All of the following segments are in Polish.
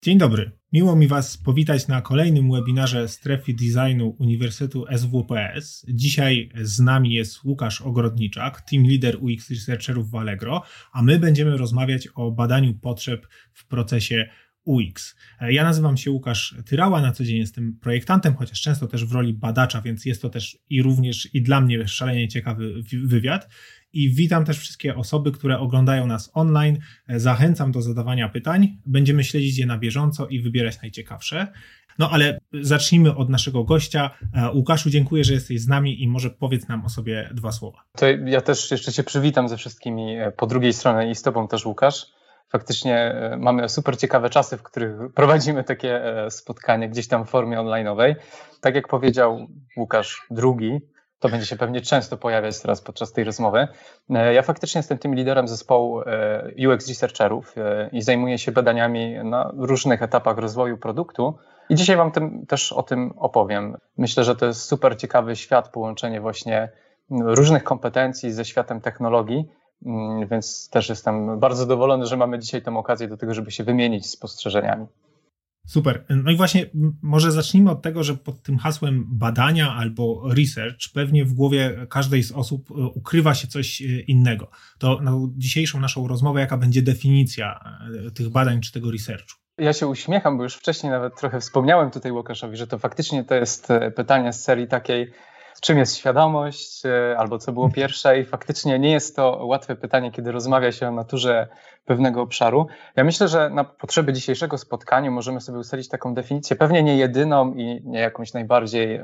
Dzień dobry. Miło mi Was powitać na kolejnym webinarze Strefy Designu Uniwersytetu SWPS. Dzisiaj z nami jest Łukasz Ogrodniczak, team leader UX Researcherów w Allegro, a my będziemy rozmawiać o badaniu potrzeb w procesie UX. Ja nazywam się Łukasz Tyrała, na co dzień jestem projektantem, chociaż często też w roli badacza, więc jest to też również dla mnie szalenie ciekawy wywiad. I witam też wszystkie osoby, które oglądają nas online. Zachęcam do zadawania pytań. Będziemy śledzić je na bieżąco i wybierać najciekawsze. No ale zacznijmy od naszego gościa. Łukaszu, dziękuję, że jesteś z nami i może powiedz nam o sobie dwa słowa. To ja też jeszcze Cię przywitam ze wszystkimi po drugiej stronie i z Tobą też, Łukasz. Faktycznie mamy super ciekawe czasy, w których prowadzimy takie spotkania gdzieś tam w formie online'owej. Tak jak powiedział Łukasz drugi, to będzie się pewnie często pojawiać teraz podczas tej rozmowy. Ja faktycznie jestem tym liderem zespołu UX Researcherów i zajmuję się badaniami na różnych etapach rozwoju produktu. I dzisiaj Wam też o tym opowiem. Myślę, że to jest super ciekawy świat, połączenie właśnie różnych kompetencji ze światem technologii, więc też jestem bardzo zadowolony, że mamy dzisiaj tę okazję do tego, żeby się wymienić spostrzeżeniami. Super. No i właśnie może zacznijmy od tego, że pod tym hasłem badania albo research pewnie w głowie każdej z osób ukrywa się coś innego. To na dzisiejszą naszą rozmowę jaka będzie definicja tych badań czy tego researchu? Ja się uśmiecham, bo już wcześniej nawet trochę wspomniałem tutaj Łukaszowi, że to faktycznie to jest pytanie z serii takiej, czym jest świadomość, albo co było pierwsze i faktycznie nie jest to łatwe pytanie, kiedy rozmawia się o naturze pewnego obszaru. Ja myślę, że na potrzeby dzisiejszego spotkania możemy sobie ustalić taką definicję, pewnie nie jedyną i nie jakąś najbardziej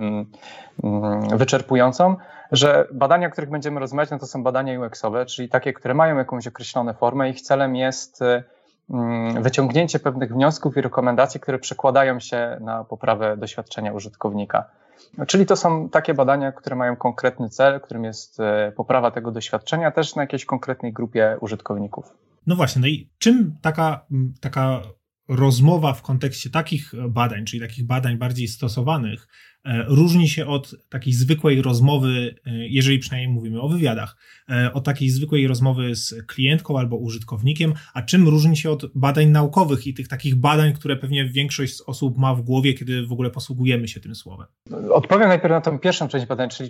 wyczerpującą, że badania, o których będziemy rozmawiać, no to są badania UX-owe, czyli takie, które mają jakąś określoną formę. Ich celem jest wyciągnięcie pewnych wniosków i rekomendacji, które przekładają się na poprawę doświadczenia użytkownika. Czyli to są takie badania, które mają konkretny cel, którym jest poprawa tego doświadczenia też na jakiejś konkretnej grupie użytkowników. No właśnie, no i czym taka rozmowa w kontekście takich badań, czyli takich badań bardziej stosowanych, różni się od takiej zwykłej rozmowy, jeżeli przynajmniej mówimy o wywiadach, od takiej zwykłej rozmowy z klientką albo użytkownikiem, a czym różni się od badań naukowych i tych takich badań, które pewnie większość z osób ma w głowie, kiedy w ogóle posługujemy się tym słowem? Odpowiem najpierw na tą pierwszą część badań, czyli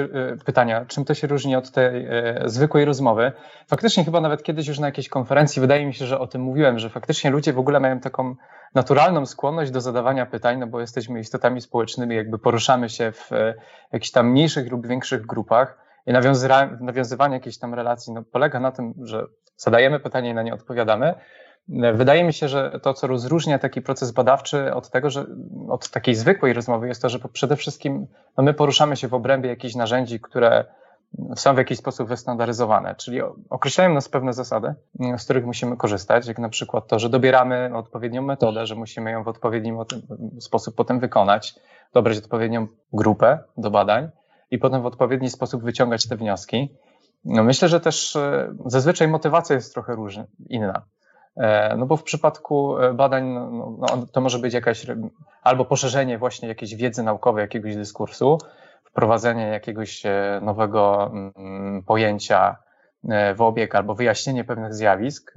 czym to się różni od tej zwykłej rozmowy. Faktycznie chyba nawet kiedyś już na jakiejś konferencji, wydaje mi się, że o tym mówiłem, że faktycznie ludzie w ogóle mają taką naturalną skłonność do zadawania pytań, no bo jesteśmy istotami społecznymi, jakby poruszamy się w jakichś tam mniejszych lub większych grupach i nawiązywanie jakiejś tam relacji polega na tym, że zadajemy pytanie i na nie odpowiadamy. Wydaje mi się, że to, co rozróżnia taki proces badawczy od tego, że od takiej zwykłej rozmowy jest to, że przede wszystkim my poruszamy się w obrębie jakichś narzędzi, które są w jakiś sposób wystandaryzowane, czyli określają nas pewne zasady, z których musimy korzystać, jak na przykład to, że dobieramy odpowiednią metodę, że musimy ją w odpowiedni sposób potem wykonać, dobrać odpowiednią grupę do badań i potem w odpowiedni sposób wyciągać te wnioski. Myślę, że też zazwyczaj motywacja jest trochę inna. No bo w przypadku badań to może być jakaś albo poszerzenie właśnie jakiejś wiedzy naukowej, jakiegoś dyskursu, wprowadzenie jakiegoś nowego pojęcia w obieg albo wyjaśnienie pewnych zjawisk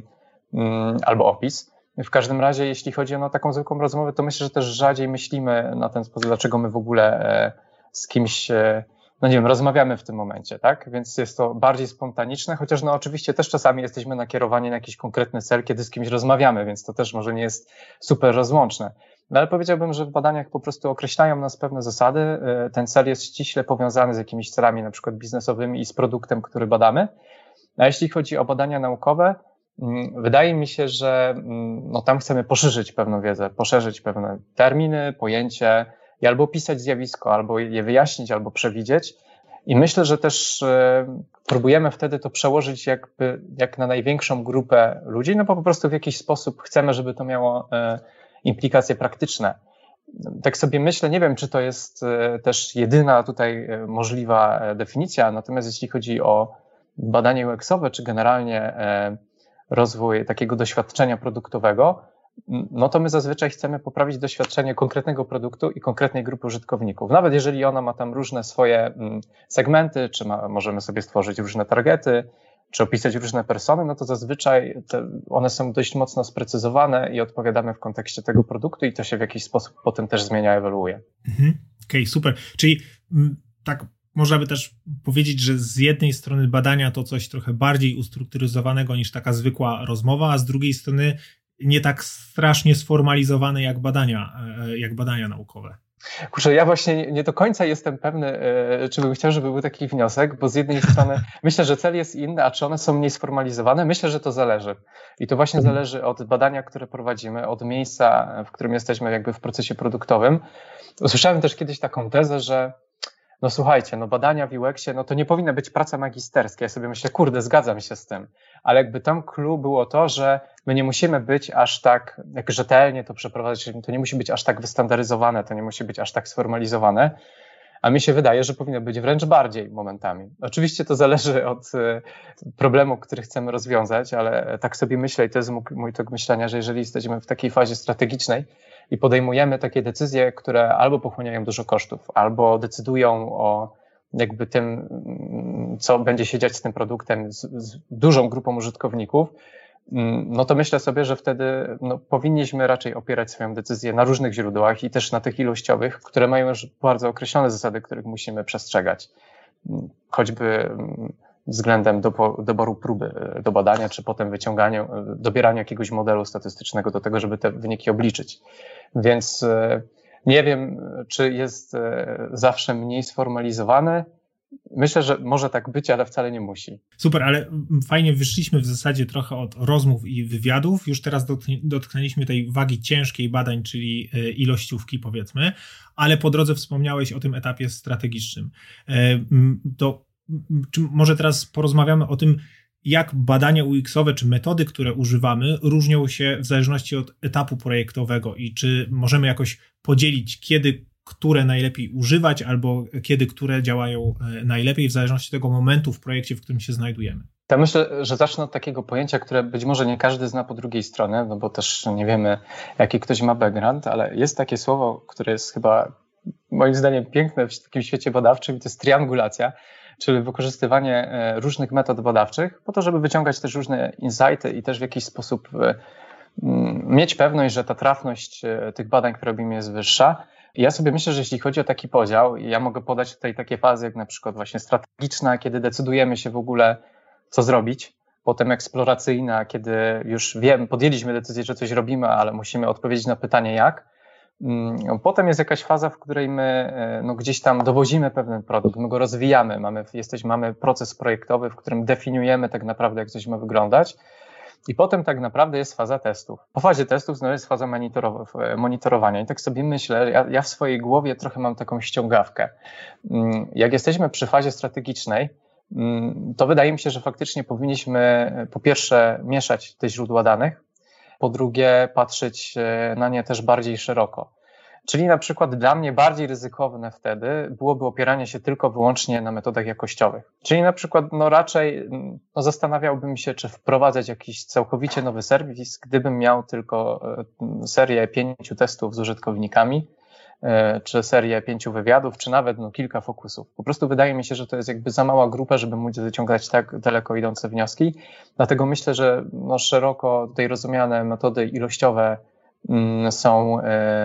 albo opis. W każdym razie, jeśli chodzi o taką zwykłą rozmowę, to myślę, że też rzadziej myślimy na ten sposób, dlaczego my w ogóle z kimś, no nie wiem, rozmawiamy w tym momencie, tak? Więc jest to bardziej spontaniczne, chociaż oczywiście też czasami jesteśmy nakierowani na jakiś konkretny cel, kiedy z kimś rozmawiamy, więc to też może nie jest super rozłączne. No ale powiedziałbym, że w badaniach po prostu określają nas pewne zasady. Ten cel jest ściśle powiązany z jakimiś celami, na przykład biznesowymi i z produktem, który badamy. A jeśli chodzi o badania naukowe, wydaje mi się, że tam chcemy poszerzyć pewną wiedzę, poszerzyć pewne terminy, pojęcie i albo opisać zjawisko, albo je wyjaśnić, albo przewidzieć. I myślę, że też próbujemy wtedy to przełożyć jak na największą grupę ludzi, bo po prostu w jakiś sposób chcemy, żeby to miało implikacje praktyczne. Tak sobie myślę, nie wiem, czy to jest też jedyna tutaj możliwa definicja, natomiast jeśli chodzi o badanie UX-owe, czy generalnie rozwój takiego doświadczenia produktowego, to my zazwyczaj chcemy poprawić doświadczenie konkretnego produktu i konkretnej grupy użytkowników. Nawet jeżeli ona ma tam różne swoje segmenty, czy możemy sobie stworzyć różne targety, czy opisać różne persony, no to zazwyczaj one są dość mocno sprecyzowane i odpowiadamy w kontekście tego produktu i to się w jakiś sposób potem też zmienia, ewoluuje. Okej, super. Czyli tak można by też powiedzieć, że z jednej strony badania to coś trochę bardziej ustrukturyzowanego niż taka zwykła rozmowa, a z drugiej strony nie tak strasznie sformalizowane jak badania naukowe. Kurczę, ja właśnie nie do końca jestem pewny, czy bym chciał, żeby był taki wniosek, bo z jednej strony myślę, że cel jest inny, a czy one są mniej sformalizowane? Myślę, że to zależy. I to właśnie zależy od badania, które prowadzimy, od miejsca, w którym jesteśmy jakby w procesie produktowym. Usłyszałem też kiedyś taką tezę, że no słuchajcie, no badania w UX-ie, no to nie powinna być praca magisterska. Ja sobie myślę, kurde, zgadzam się z tym. Ale jakby tam clue było to, że my nie musimy być aż tak, jak rzetelnie to przeprowadzać, to nie musi być aż tak wystandaryzowane, to nie musi być aż tak sformalizowane. A mi się wydaje, że powinno być wręcz bardziej momentami. Oczywiście to zależy od problemu, który chcemy rozwiązać, ale tak sobie myślę i to jest mój tok myślenia, że jeżeli jesteśmy w takiej fazie strategicznej i podejmujemy takie decyzje, które albo pochłaniają dużo kosztów, albo decydują o jakby tym, co będzie się dziać z tym produktem, z dużą grupą użytkowników, no to myślę sobie, że wtedy powinniśmy raczej opierać swoją decyzję na różnych źródłach i też na tych ilościowych, które mają już bardzo określone zasady, których musimy przestrzegać. Choćby względem doboru próby do badania, czy potem dobierania jakiegoś modelu statystycznego do tego, żeby te wyniki obliczyć. Więc nie wiem, czy jest zawsze mniej sformalizowane. Myślę, że może tak być, ale wcale nie musi. Super, ale fajnie wyszliśmy w zasadzie trochę od rozmów i wywiadów. Już teraz dotknęliśmy tej wagi ciężkiej badań, czyli ilościówki powiedzmy, ale po drodze wspomniałeś o tym etapie strategicznym. Czy może teraz porozmawiamy o tym, jak badania UX-owe czy metody, które używamy, różnią się w zależności od etapu projektowego i czy możemy jakoś podzielić, kiedy które najlepiej używać albo kiedy które działają najlepiej w zależności od tego momentu w projekcie, w którym się znajdujemy. Ja myślę, że zacznę od takiego pojęcia, które być może nie każdy zna po drugiej stronie, no bo też nie wiemy, jaki ktoś ma background, ale jest takie słowo, które jest chyba moim zdaniem piękne w takim świecie badawczym i to jest triangulacja, czyli wykorzystywanie różnych metod badawczych po to, żeby wyciągać też różne insighty i też w jakiś sposób mieć pewność, że ta trafność tych badań, które robimy, jest wyższa. I ja sobie myślę, że jeśli chodzi o taki podział, ja mogę podać tutaj takie fazy, jak na przykład właśnie strategiczna, kiedy decydujemy się w ogóle, co zrobić, potem eksploracyjna, kiedy już podjęliśmy decyzję, że coś robimy, ale musimy odpowiedzieć na pytanie jak. Potem jest jakaś faza, w której my gdzieś tam dowozimy pewien produkt, my go rozwijamy, mamy proces projektowy, w którym definiujemy tak naprawdę, jak coś ma wyglądać. I potem tak naprawdę jest faza testów. Po fazie testów jest faza monitorowania. I tak sobie myślę, ja w swojej głowie trochę mam taką ściągawkę. Jak jesteśmy przy fazie strategicznej, to wydaje mi się, że faktycznie powinniśmy po pierwsze mieszać te źródła danych, po drugie patrzeć na nie też bardziej szeroko. Czyli na przykład dla mnie bardziej ryzykowne wtedy byłoby opieranie się tylko wyłącznie na metodach jakościowych. Czyli na przykład raczej zastanawiałbym się, czy wprowadzać jakiś całkowicie nowy serwis, gdybym miał tylko serię 5 testów z użytkownikami, czy serię 5 wywiadów, czy nawet kilka fokusów. Po prostu wydaje mi się, że to jest jakby za mała grupa, żeby móc wyciągać tak daleko idące wnioski. Dlatego myślę, że szeroko tutaj rozumiane metody ilościowe są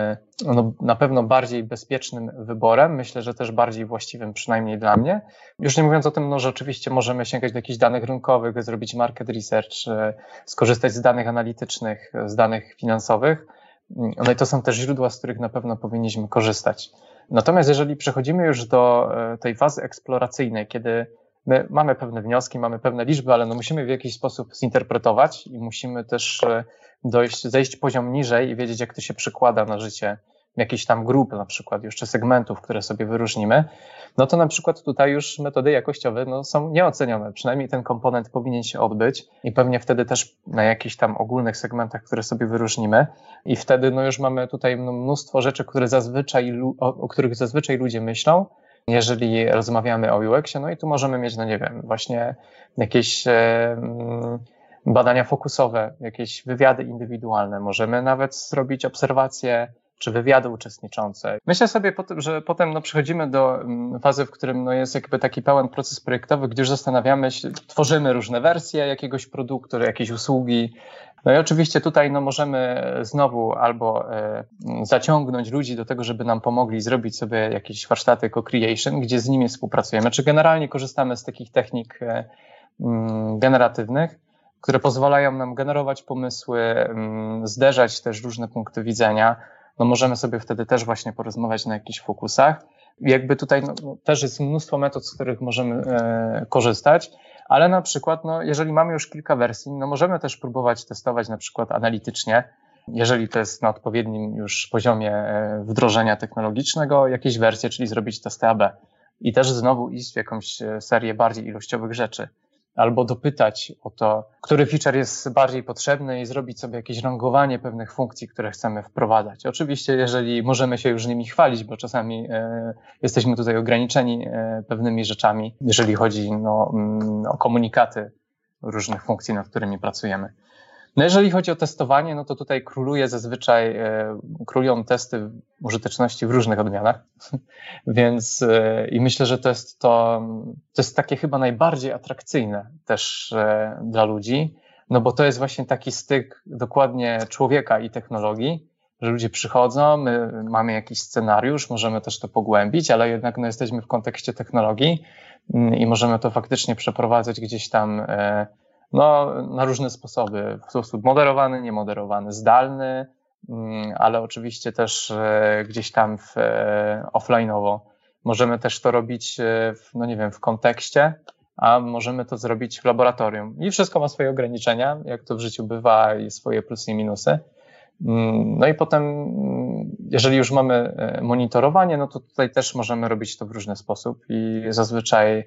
na pewno bardziej bezpiecznym wyborem. Myślę, że też bardziej właściwym, przynajmniej dla mnie. Już nie mówiąc o tym, że oczywiście możemy sięgać do jakichś danych rynkowych, zrobić market research, skorzystać z danych analitycznych, z danych finansowych. No i to są też źródła, z których na pewno powinniśmy korzystać. Natomiast jeżeli przechodzimy już do tej fazy eksploracyjnej, kiedy my mamy pewne wnioski, mamy pewne liczby, ale musimy w jakiś sposób zinterpretować i musimy też zejść poziom niżej i wiedzieć, jak to się przekłada na życie jakichś tam grup, na przykład jeszcze segmentów, które sobie wyróżnimy, no to na przykład tutaj już metody jakościowe są nieocenione. Przynajmniej ten komponent powinien się odbyć i pewnie wtedy też na jakichś tam ogólnych segmentach, które sobie wyróżnimy i wtedy już mamy tutaj mnóstwo rzeczy, o których zazwyczaj ludzie myślą, jeżeli rozmawiamy o UX-ie, no i tu możemy mieć, właśnie jakieś badania fokusowe, jakieś wywiady indywidualne, możemy nawet zrobić obserwacje czy wywiady uczestniczące. Myślę sobie, że potem przechodzimy do fazy, w którym jest jakby taki pełen proces projektowy, gdzie już zastanawiamy się, tworzymy różne wersje jakiegoś produktu, jakiejś usługi. No i oczywiście tutaj możemy znowu albo zaciągnąć ludzi do tego, żeby nam pomogli zrobić sobie jakieś warsztaty co-creation, gdzie z nimi współpracujemy, czy generalnie korzystamy z takich technik generatywnych, które pozwalają nam generować pomysły, zderzać też różne punkty widzenia. Możemy sobie wtedy też właśnie porozmawiać na jakichś fokusach. Jakby tutaj też jest mnóstwo metod, z których możemy korzystać, ale na przykład jeżeli mamy już kilka wersji, możemy też próbować testować na przykład analitycznie, jeżeli to jest na odpowiednim już poziomie wdrożenia technologicznego, jakieś wersje, czyli zrobić testy AB i też znowu iść w jakąś serię bardziej ilościowych rzeczy. Albo dopytać o to, który feature jest bardziej potrzebny i zrobić sobie jakieś rangowanie pewnych funkcji, które chcemy wprowadzać. Oczywiście, jeżeli możemy się już nimi chwalić, bo czasami jesteśmy tutaj ograniczeni pewnymi rzeczami, jeżeli chodzi o komunikaty różnych funkcji, nad którymi pracujemy. Jeżeli chodzi o testowanie, to tutaj królują testy użyteczności w różnych odmianach, więc i myślę, że to jest takie chyba najbardziej atrakcyjne też dla ludzi, bo to jest właśnie taki styk dokładnie człowieka i technologii, że ludzie przychodzą, my mamy jakiś scenariusz, możemy też to pogłębić, ale jednak jesteśmy w kontekście technologii i możemy to faktycznie przeprowadzać gdzieś tam na różne sposoby, w sposób moderowany, niemoderowany, zdalny, ale oczywiście też gdzieś tam offline'owo. Możemy też to robić w kontekście, a możemy to zrobić w laboratorium. I wszystko ma swoje ograniczenia, jak to w życiu bywa, i swoje plusy i minusy. No i potem, jeżeli już mamy monitorowanie, to tutaj też możemy robić to w różny sposób i zazwyczaj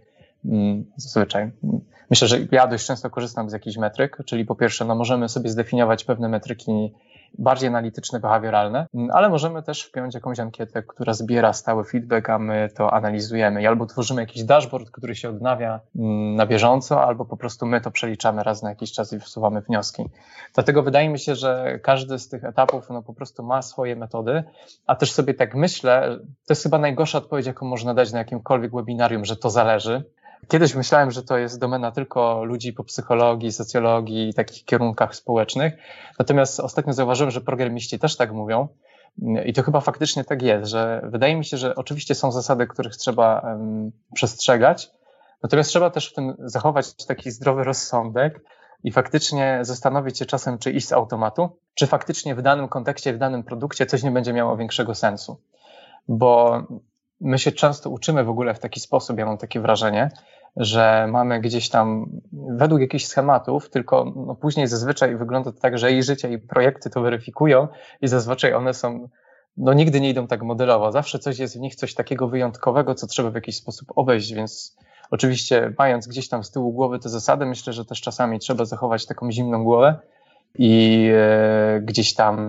myślę, że ja dość często korzystam z jakichś metryk, czyli po pierwsze, możemy sobie zdefiniować pewne metryki bardziej analityczne, behawioralne, ale możemy też wpiąć jakąś ankietę, która zbiera stały feedback, a my to analizujemy. I albo tworzymy jakiś dashboard, który się odnawia na bieżąco, albo po prostu my to przeliczamy raz na jakiś czas i wsuwamy wnioski. Dlatego wydaje mi się, że każdy z tych etapów po prostu ma swoje metody, a też sobie tak myślę, to jest chyba najgorsza odpowiedź, jaką można dać na jakimkolwiek webinarium, że to zależy. Kiedyś myślałem, że to jest domena tylko ludzi po psychologii, socjologii i takich kierunkach społecznych. Natomiast ostatnio zauważyłem, że programiści też tak mówią. I to chyba faktycznie tak jest, że wydaje mi się, że oczywiście są zasady, których trzeba przestrzegać. Natomiast trzeba też w tym zachować taki zdrowy rozsądek i faktycznie zastanowić się czasem, czy iść z automatu, czy faktycznie w danym kontekście, w danym produkcie coś nie będzie miało większego sensu. Bo my się często uczymy w ogóle w taki sposób, ja mam takie wrażenie, że mamy gdzieś tam według jakichś schematów, tylko później zazwyczaj wygląda to tak, że i życie, i projekty to weryfikują i zazwyczaj one są, nigdy nie idą tak modelowo. Zawsze coś jest w nich, coś takiego wyjątkowego, co trzeba w jakiś sposób obejść, więc oczywiście mając gdzieś tam z tyłu głowy te zasady, myślę, że też czasami trzeba zachować taką zimną głowę i gdzieś tam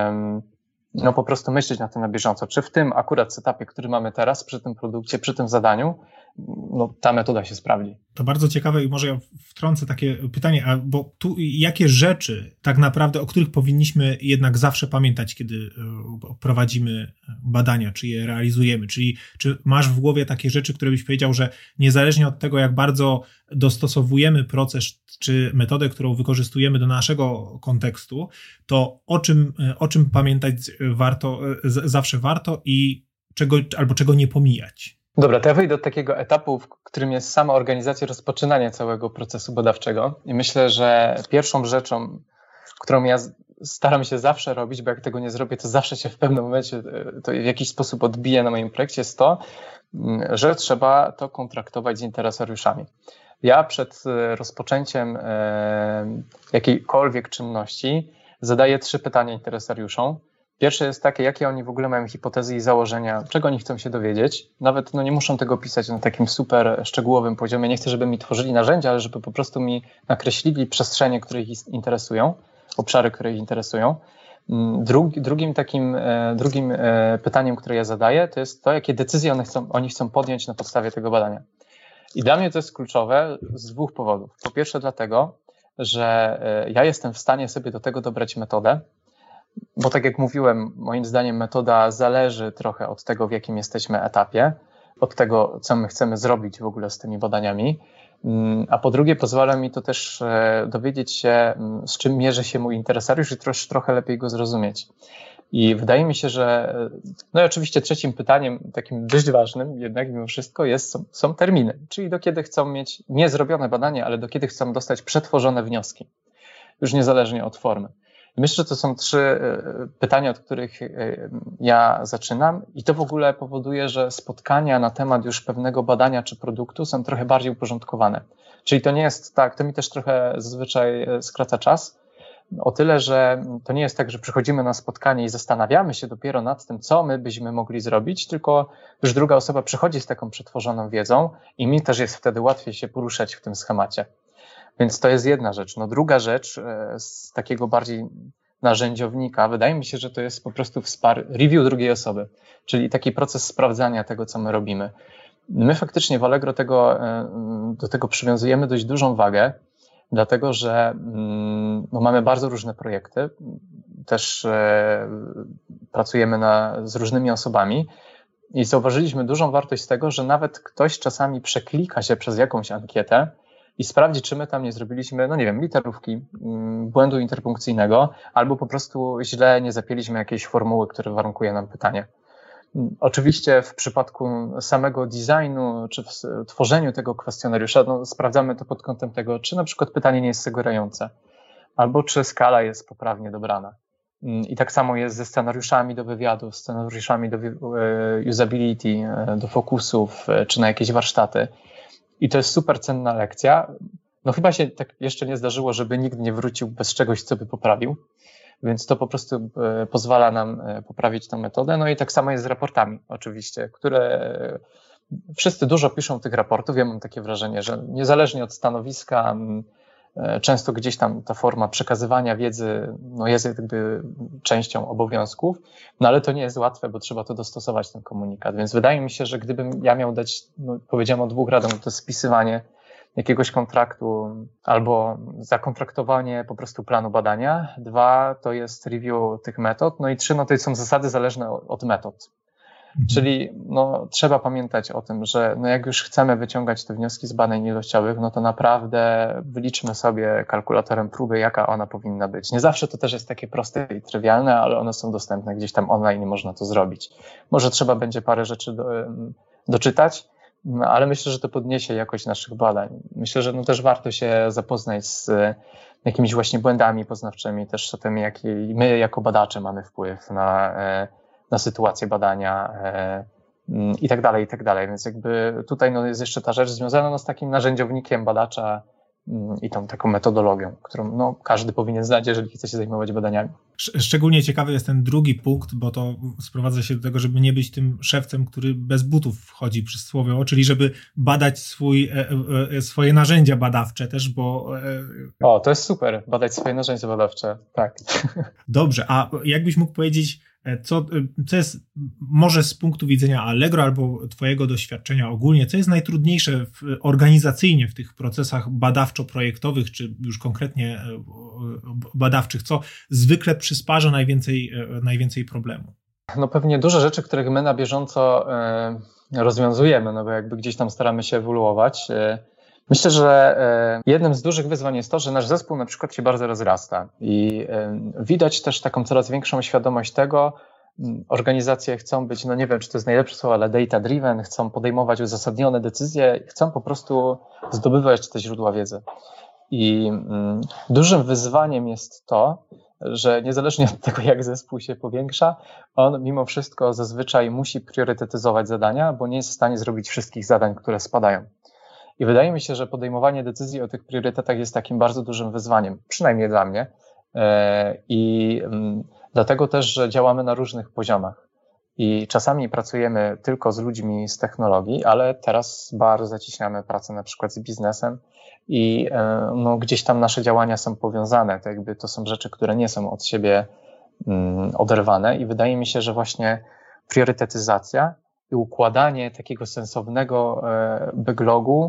po prostu myśleć na tym na bieżąco. Czy w tym akurat setupie, który mamy teraz, przy tym produkcie, przy tym zadaniu, ta metoda się sprawdzi. To bardzo ciekawe i może ja wtrącę takie pytanie, bo tu jakie rzeczy tak naprawdę, o których powinniśmy jednak zawsze pamiętać, kiedy prowadzimy badania, czy je realizujemy, czyli czy masz w głowie takie rzeczy, które byś powiedział, że niezależnie od tego, jak bardzo dostosowujemy proces, czy metodę, którą wykorzystujemy do naszego kontekstu, to o czym pamiętać zawsze warto i czego nie pomijać? Dobra, to ja wyjdę do takiego etapu, w którym jest sama organizacja, rozpoczynanie całego procesu badawczego i myślę, że pierwszą rzeczą, którą ja staram się zawsze robić, bo jak tego nie zrobię, to zawsze się w pewnym momencie to w jakiś sposób odbije na moim projekcie, jest to, że trzeba to kontraktować z interesariuszami. Ja przed rozpoczęciem jakiejkolwiek czynności zadaję 3 pytania interesariuszom. Pierwsze jest takie, jakie oni w ogóle mają hipotezy i założenia, czego oni chcą się dowiedzieć. Nawet nie muszą tego pisać na takim super szczegółowym poziomie. Nie chcę, żeby mi tworzyli narzędzia, ale żeby po prostu mi nakreślili przestrzenie, które ich interesują, obszary, które ich interesują. Drugim pytaniem, które ja zadaję, to jest to, jakie decyzje oni chcą podjąć na podstawie tego badania. I dla mnie to jest kluczowe z 2 powodów. Po pierwsze dlatego, że ja jestem w stanie sobie do tego dobrać metodę, bo tak jak mówiłem, moim zdaniem metoda zależy trochę od tego, w jakim jesteśmy etapie, od tego, co my chcemy zrobić w ogóle z tymi badaniami, a po drugie pozwala mi to też dowiedzieć się, z czym mierzy się mój interesariusz i trochę lepiej go zrozumieć. I wydaje mi się, że no i oczywiście trzecim pytaniem, takim dość ważnym jednak mimo wszystko są terminy, czyli do kiedy chcą mieć nie zrobione badanie, ale do kiedy chcą dostać przetworzone wnioski, już niezależnie od formy. I myślę, że to są 3 pytania, od których ja zaczynam i to w ogóle powoduje, że spotkania na temat już pewnego badania czy produktu są trochę bardziej uporządkowane. Czyli to nie jest tak, to mi też trochę zazwyczaj skraca czas, o tyle, że to nie jest tak, że przychodzimy na spotkanie i zastanawiamy się dopiero nad tym, co my byśmy mogli zrobić, tylko już druga osoba przychodzi z taką przetworzoną wiedzą i mi też jest wtedy łatwiej się poruszać w tym schemacie. Więc to jest jedna rzecz. No druga rzecz z takiego bardziej narzędziownika, wydaje mi się, że to jest po prostu review drugiej osoby, czyli taki proces sprawdzania tego, co my robimy. My faktycznie w Allegro do tego przywiązujemy dość dużą wagę, dlatego że no, mamy bardzo różne projekty, też pracujemy z różnymi osobami i zauważyliśmy dużą wartość z tego, że nawet ktoś czasami przeklika się przez jakąś ankietę i sprawdzi, czy my tam nie zrobiliśmy, no nie wiem, literówki, błędu interpunkcyjnego, albo po prostu źle nie zapięliśmy jakiejś formuły, która warunkuje nam pytanie. Oczywiście w przypadku samego designu, czy w tworzeniu tego kwestionariusza, no, sprawdzamy to pod kątem tego, czy na przykład pytanie nie jest sugerujące, albo czy skala jest poprawnie dobrana. I tak samo jest ze scenariuszami do wywiadów, scenariuszami do usability, do fokusów, czy na jakieś warsztaty. I to jest super cenna lekcja. No chyba się tak jeszcze nie zdarzyło, żeby nikt nie wrócił bez czegoś, co by poprawił. Więc to po prostu pozwala nam poprawić tę metodę. No i tak samo jest z raportami oczywiście, które wszyscy dużo piszą tych raportów. Ja mam takie wrażenie, że niezależnie od stanowiska, często gdzieś tam ta forma przekazywania wiedzy no jest jakby częścią obowiązków, no ale to nie jest łatwe, bo trzeba to dostosować, ten komunikat. Więc wydaje mi się, że gdybym ja miał dać, no powiedziałem o 2 radom, to spisywanie jakiegoś kontraktu albo zakontraktowanie po prostu planu badania. 2 to jest review tych metod. No i 3 no to są zasady zależne od metod. Czyli no, trzeba pamiętać o tym, że no, jak już chcemy wyciągać te wnioski z badań ilościowych, no to naprawdę wyliczmy sobie kalkulatorem próby, jaka ona powinna być. Nie zawsze to też jest takie proste i trywialne, ale one są dostępne gdzieś tam online i można to zrobić. Może trzeba będzie parę rzeczy doczytać, no, ale myślę, że to podniesie jakość naszych badań. Myślę, że no, też warto się zapoznać z jakimiś właśnie błędami poznawczymi, też o tym, jaki my jako badacze mamy wpływ na sytuację badania i tak dalej, i tak dalej. Więc jakby tutaj no, jest jeszcze ta rzecz związana no, z takim narzędziownikiem badacza i tą taką metodologią, którą no, każdy powinien znać, jeżeli chce się zajmować badaniami. Szczególnie ciekawy jest ten drugi punkt, bo to sprowadza się do tego, żeby nie być tym szewcem, który bez butów wchodzi przysłowiowo, czyli żeby badać swoje narzędzia badawcze też, bo... O, to jest super, badać swoje narzędzia badawcze, tak. Dobrze, a jakbyś mógł powiedzieć, co jest może z punktu widzenia Allegro albo twojego doświadczenia ogólnie, co jest najtrudniejsze organizacyjnie w tych procesach badawczo-projektowych, czy już konkretnie badawczych, co zwykle przysparza najwięcej problemu? No pewnie dużo rzeczy, których my na bieżąco rozwiązujemy, no bo jakby gdzieś tam staramy się ewoluować. Myślę, że jednym z dużych wyzwań jest to, że nasz zespół na przykład się bardzo rozrasta i widać też taką coraz większą świadomość tego, organizacje chcą być, no nie wiem, czy to jest najlepsze słowo, ale data-driven, chcą podejmować uzasadnione decyzje, chcą po prostu zdobywać te źródła wiedzy. I dużym wyzwaniem jest to, że niezależnie od tego, jak zespół się powiększa, on mimo wszystko zazwyczaj musi priorytetyzować zadania, bo nie jest w stanie zrobić wszystkich zadań, które spadają. I wydaje mi się, że podejmowanie decyzji o tych priorytetach jest takim bardzo dużym wyzwaniem, przynajmniej dla mnie. I dlatego też, że działamy na różnych poziomach. I czasami pracujemy tylko z ludźmi z technologii, ale teraz bardzo zacieśniamy pracę na przykład z biznesem i no, gdzieś tam nasze działania są powiązane. To jakby to są rzeczy, które nie są od siebie oderwane i wydaje mi się, że właśnie priorytetyzacja i układanie takiego sensownego backlogu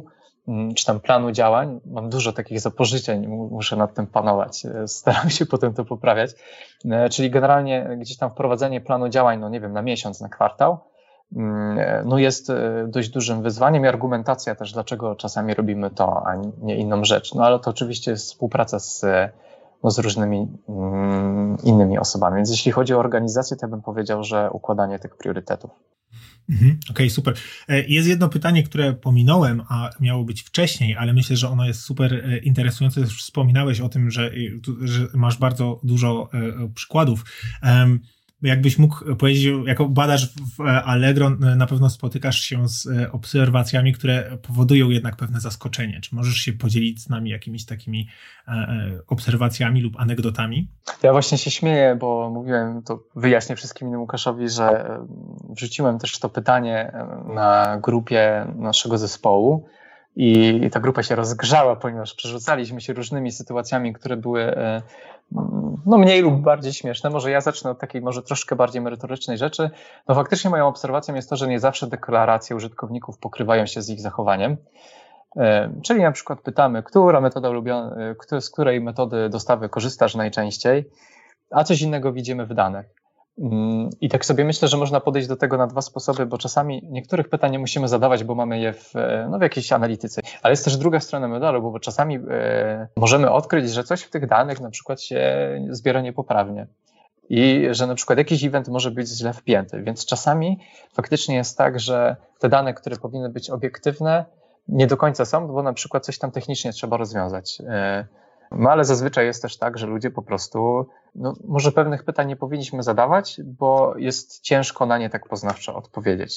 czy tam planu działań. Mam dużo takich zapożyczeń, muszę nad tym panować, staram się potem to poprawiać. Czyli generalnie gdzieś tam wprowadzenie planu działań, no nie wiem, na miesiąc, na kwartał, no jest dość dużym wyzwaniem i argumentacja też, dlaczego czasami robimy to, a nie inną rzecz. No ale to oczywiście jest współpraca z różnymi innymi osobami. Więc jeśli chodzi o organizację, to ja bym powiedział, że układanie tych priorytetów. Okej, super. Jest jedno pytanie, które pominąłem, a miało być wcześniej, ale myślę, że ono jest super interesujące. Już wspominałeś o tym, że masz bardzo dużo przykładów. Jakbyś mógł powiedzieć, jako badacz w Allegro na pewno spotykasz się z obserwacjami, które powodują jednak pewne zaskoczenie. Czy możesz się podzielić z nami jakimiś takimi obserwacjami lub anegdotami? Ja właśnie się śmieję, bo mówiłem, to wyjaśnię wszystkim innym Łukaszowi, że wrzuciłem też to pytanie na grupie naszego zespołu i ta grupa się rozgrzała, ponieważ przerzucaliśmy się różnymi sytuacjami, które były no mniej lub bardziej śmieszne. Może ja zacznę od takiej może troszkę bardziej merytorycznej rzeczy. No faktycznie moją obserwacją jest to, że nie zawsze deklaracje użytkowników pokrywają się z ich zachowaniem. Czyli na przykład pytamy, która metoda ulubiona, z której metody dostawy korzystasz najczęściej, a coś innego widzimy w danych. I tak sobie myślę, że można podejść do tego na dwa sposoby, bo czasami niektórych pytań nie musimy zadawać, bo mamy je w jakiejś analityce. Ale jest też druga strona medalu, bo czasami możemy odkryć, że coś w tych danych na przykład się zbiera niepoprawnie. I że na przykład jakiś event może być źle wpięty. Więc czasami faktycznie jest tak, że te dane, które powinny być obiektywne, nie do końca są, bo na przykład coś tam technicznie trzeba rozwiązać. No ale zazwyczaj jest też tak, że ludzie po prostu, może pewnych pytań nie powinniśmy zadawać, bo jest ciężko na nie tak poznawczo odpowiedzieć.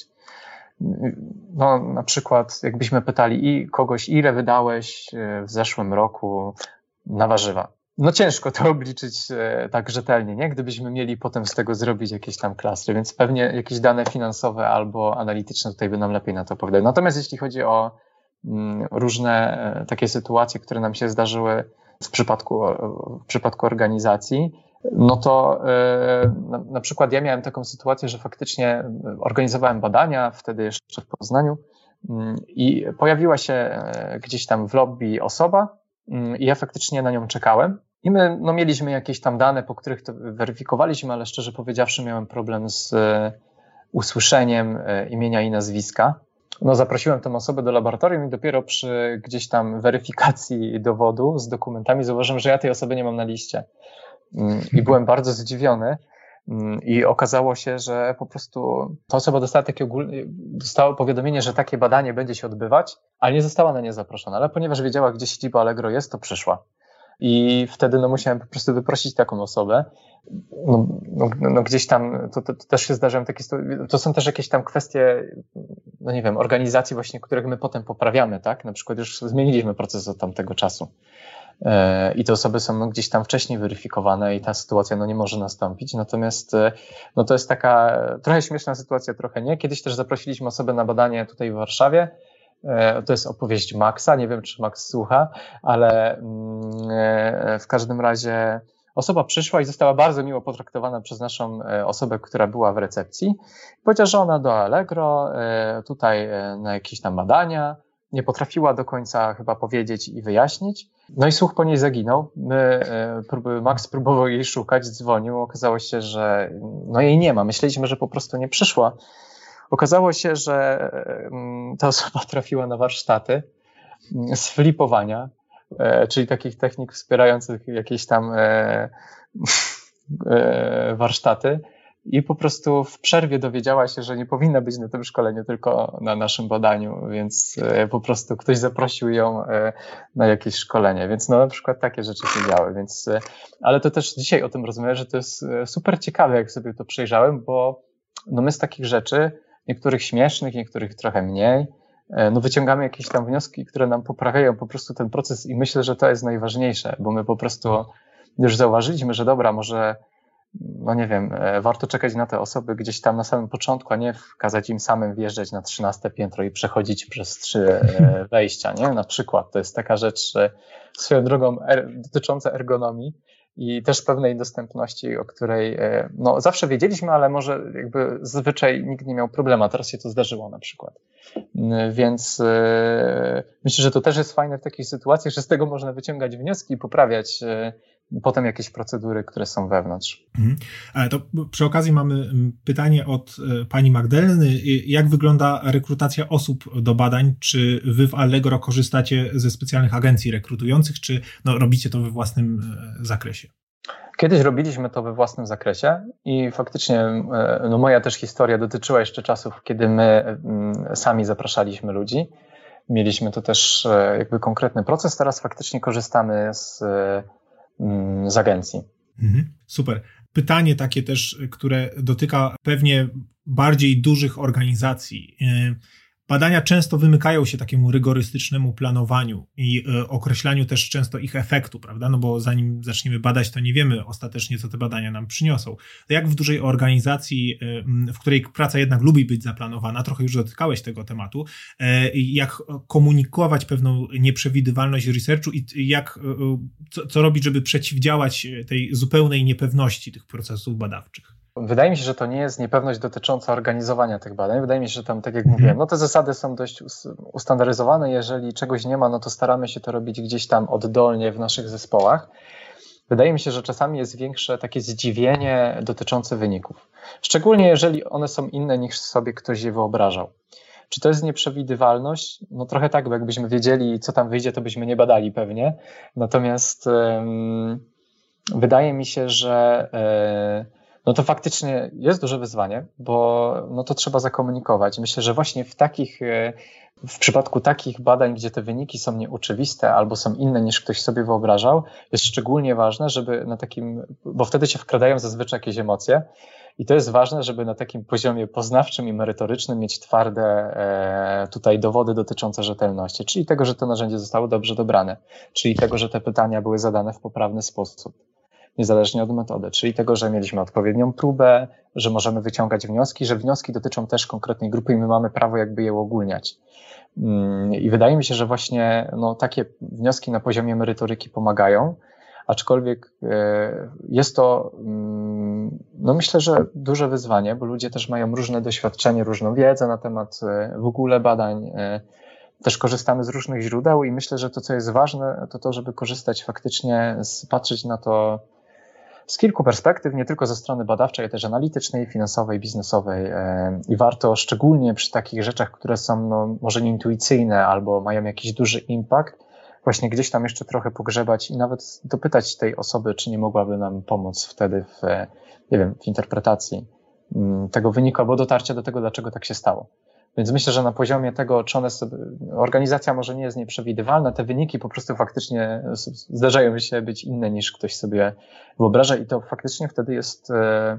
No na przykład jakbyśmy pytali kogoś, ile wydałeś w zeszłym roku na warzywa. No ciężko to obliczyć tak rzetelnie, nie? Gdybyśmy mieli potem z tego zrobić jakieś tam klastry, więc pewnie jakieś dane finansowe albo analityczne tutaj by nam lepiej na to opowiadały. Natomiast jeśli chodzi o różne takie sytuacje, które nam się zdarzyły w przypadku organizacji, no to na przykład ja miałem taką sytuację, że faktycznie organizowałem badania, wtedy jeszcze w Poznaniu, i pojawiła się gdzieś tam w lobby osoba i ja faktycznie na nią czekałem. I my mieliśmy jakieś tam dane, po których to weryfikowaliśmy, ale szczerze powiedziawszy miałem problem z usłyszeniem imienia i nazwiska. Zaprosiłem tę osobę do laboratorium i dopiero przy gdzieś tam weryfikacji dowodu z dokumentami zauważyłem, że ja tej osoby nie mam na liście. I byłem bardzo zdziwiony i okazało się, że po prostu ta osoba dostała powiadomienie, że takie badanie będzie się odbywać, ale nie została na nie zaproszona. Ale ponieważ wiedziała, gdzie siedziba Allegro jest, to przyszła. I wtedy musiałem po prostu wyprosić taką osobę. Gdzieś tam, to też się zdarzają takie, to są też jakieś tam kwestie, nie wiem, organizacji właśnie, których my potem poprawiamy, tak? Na przykład już zmieniliśmy proces od tamtego czasu. I te osoby są gdzieś tam wcześniej weryfikowane i ta sytuacja nie może nastąpić. Natomiast to jest taka trochę śmieszna sytuacja, trochę nie. Kiedyś też zaprosiliśmy osobę na badanie tutaj w Warszawie. To jest opowieść Maxa, nie wiem, czy Max słucha, ale w każdym razie osoba przyszła i została bardzo miło potraktowana przez naszą osobę, która była w recepcji. Powiedziała, że ona do Allegro, tutaj na jakieś tam badania, nie potrafiła do końca chyba powiedzieć i wyjaśnić. No i słuch po niej zaginął. Max próbował jej szukać, dzwonił, okazało się, że jej nie ma. Myśleliśmy, że po prostu nie przyszła. Okazało się, że ta osoba trafiła na warsztaty z flipowania, czyli takich technik wspierających jakieś tam warsztaty i po prostu w przerwie dowiedziała się, że nie powinna być na tym szkoleniu, tylko na naszym badaniu, więc po prostu ktoś zaprosił ją na jakieś szkolenie, więc na przykład takie rzeczy się działy, więc, ale to też dzisiaj o tym rozmawiam, że to jest super ciekawe, jak sobie to przejrzałem, bo my z takich rzeczy, niektórych śmiesznych, niektórych trochę mniej, wyciągamy jakieś tam wnioski, które nam poprawiają po prostu ten proces i myślę, że to jest najważniejsze, bo my po prostu już zauważyliśmy, że dobra, może nie wiem, warto czekać na te osoby gdzieś tam na samym początku, a nie kazać im samym wjeżdżać na 13 piętro i przechodzić przez 3 wejścia, nie? Na przykład to jest taka rzecz swoją drogą dotycząca ergonomii. i też pewnej dostępności, o której no, zawsze wiedzieliśmy, ale może jakby zazwyczaj nikt nie miał problemu, a teraz się to zdarzyło na przykład. Więc myślę, że to też jest fajne w takich sytuacjach, że z tego można wyciągać wnioski i poprawiać potem jakieś procedury, które są wewnątrz. Ale to przy okazji mamy pytanie od pani Magdaleny. Jak wygląda rekrutacja osób do badań? Czy wy w Allegro korzystacie ze specjalnych agencji rekrutujących, czy robicie to we własnym zakresie? Kiedyś robiliśmy to we własnym zakresie i faktycznie no moja też historia dotyczyła jeszcze czasów, kiedy my sami zapraszaliśmy ludzi. Mieliśmy to też jakby konkretny proces. Teraz faktycznie korzystamy z agencji. Super. Pytanie takie też, które dotyka pewnie bardziej dużych organizacji. Badania często wymykają się takiemu rygorystycznemu planowaniu i określaniu też często ich efektu, prawda? No bo zanim zaczniemy badać, to nie wiemy ostatecznie, co te badania nam przyniosą. To jak w dużej organizacji, w której praca jednak lubi być zaplanowana, trochę już dotykałeś tego tematu, jak komunikować pewną nieprzewidywalność researchu i co robić, żeby przeciwdziałać tej zupełnej niepewności tych procesów badawczych? Wydaje mi się, że to nie jest niepewność dotycząca organizowania tych badań. Wydaje mi się, że tam, tak jak mówiłem, no te zasady są dość ustandaryzowane. Jeżeli czegoś nie ma, no to staramy się to robić gdzieś tam oddolnie w naszych zespołach. Wydaje mi się, że czasami jest większe takie zdziwienie dotyczące wyników. Szczególnie jeżeli one są inne niż sobie ktoś je wyobrażał. Czy to jest nieprzewidywalność? No trochę tak, bo jakbyśmy wiedzieli, co tam wyjdzie, to byśmy nie badali pewnie. Natomiast wydaje mi się, że no to faktycznie jest duże wyzwanie, bo no to trzeba zakomunikować. Myślę, że właśnie w przypadku takich badań, gdzie te wyniki są nieoczywiste albo są inne niż ktoś sobie wyobrażał, jest szczególnie ważne, żeby na takim, bo wtedy się wkradają zazwyczaj jakieś emocje i to jest ważne, żeby na takim poziomie poznawczym i merytorycznym mieć twarde tutaj dowody dotyczące rzetelności, czyli tego, że to narzędzie zostało dobrze dobrane, czyli tego, że te pytania były zadane w poprawny sposób, niezależnie od metody, czyli tego, że mieliśmy odpowiednią próbę, że możemy wyciągać wnioski, że wnioski dotyczą też konkretnej grupy i my mamy prawo jakby je uogólniać. I wydaje mi się, że właśnie no, takie wnioski na poziomie merytoryki pomagają, aczkolwiek jest to, no myślę, że duże wyzwanie, bo ludzie też mają różne doświadczenie, różną wiedzę na temat w ogóle badań, też korzystamy z różnych źródeł i myślę, że to, co jest ważne, to to, żeby korzystać faktycznie, patrzeć na to z kilku perspektyw, nie tylko ze strony badawczej, ale też analitycznej, finansowej, biznesowej. I warto szczególnie przy takich rzeczach, które są no, może nieintuicyjne albo mają jakiś duży impact, właśnie gdzieś tam jeszcze trochę pogrzebać i nawet dopytać tej osoby, czy nie mogłaby nam pomóc wtedy w interpretacji tego wyniku albo dotarcia do tego, dlaczego tak się stało. Więc myślę, że na poziomie tego, czy organizacja może nie jest nieprzewidywalna, te wyniki po prostu faktycznie zdarzają się być inne niż ktoś sobie wyobraża i to faktycznie wtedy jest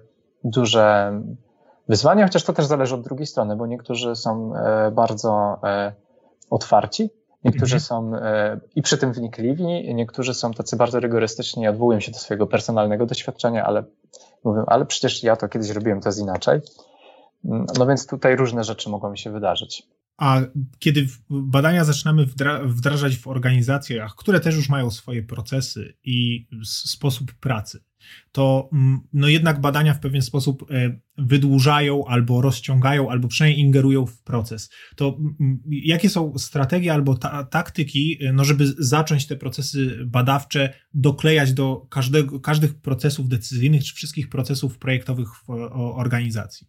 duże wyzwanie, chociaż to też zależy od drugiej strony, bo niektórzy są bardzo otwarci, niektórzy są i przy tym wnikliwi, niektórzy są tacy bardzo rygorystyczni i odwołują się do swojego personalnego doświadczenia, ale mówią, ale przecież ja to kiedyś robiłem, to jest inaczej. No więc tutaj różne rzeczy mogą się wydarzyć. A kiedy badania zaczynamy wdrażać w organizacjach, które też już mają swoje procesy i sposób pracy, to no jednak badania w pewien sposób wydłużają albo rozciągają, albo przynajmniej ingerują w proces. To jakie są strategie albo taktyki, no żeby zacząć te procesy badawcze doklejać do każdych procesów decyzyjnych czy wszystkich procesów projektowych w organizacji?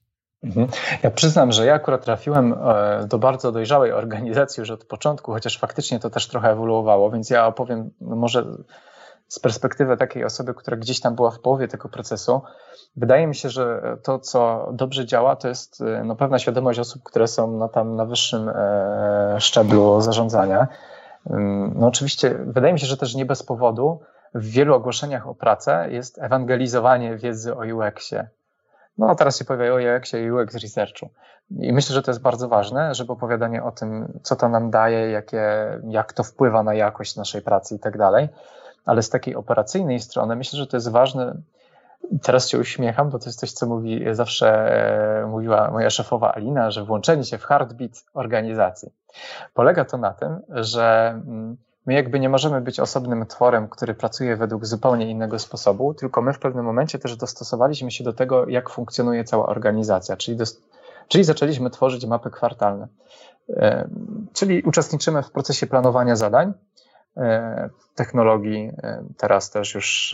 Ja przyznam, że ja akurat trafiłem do bardzo dojrzałej organizacji już od początku, chociaż faktycznie to też trochę ewoluowało, więc ja opowiem może z perspektywy takiej osoby, która gdzieś tam była w połowie tego procesu. Wydaje mi się, że to, co dobrze działa, to jest no, pewna świadomość osób, które są tam na wyższym szczeblu zarządzania. No oczywiście wydaje mi się, że też nie bez powodu w wielu ogłoszeniach o pracę jest ewangelizowanie wiedzy o UX-ie. No teraz się pojawia o UX-ie i UX Researchu. I myślę, że to jest bardzo ważne, żeby opowiadanie o tym, co to nam daje, jak to wpływa na jakość naszej pracy i tak dalej. Ale z takiej operacyjnej strony myślę, że to jest ważne. Teraz się uśmiecham, bo to jest coś, co zawsze mówiła moja szefowa Alina, że włączenie się w heartbeat organizacji. Polega to na tym, że My jakby nie możemy być osobnym tworem, który pracuje według zupełnie innego sposobu, tylko my w pewnym momencie też dostosowaliśmy się do tego, jak funkcjonuje cała organizacja, czyli zaczęliśmy tworzyć mapy kwartalne. Czyli uczestniczymy w procesie planowania zadań, technologii, teraz też już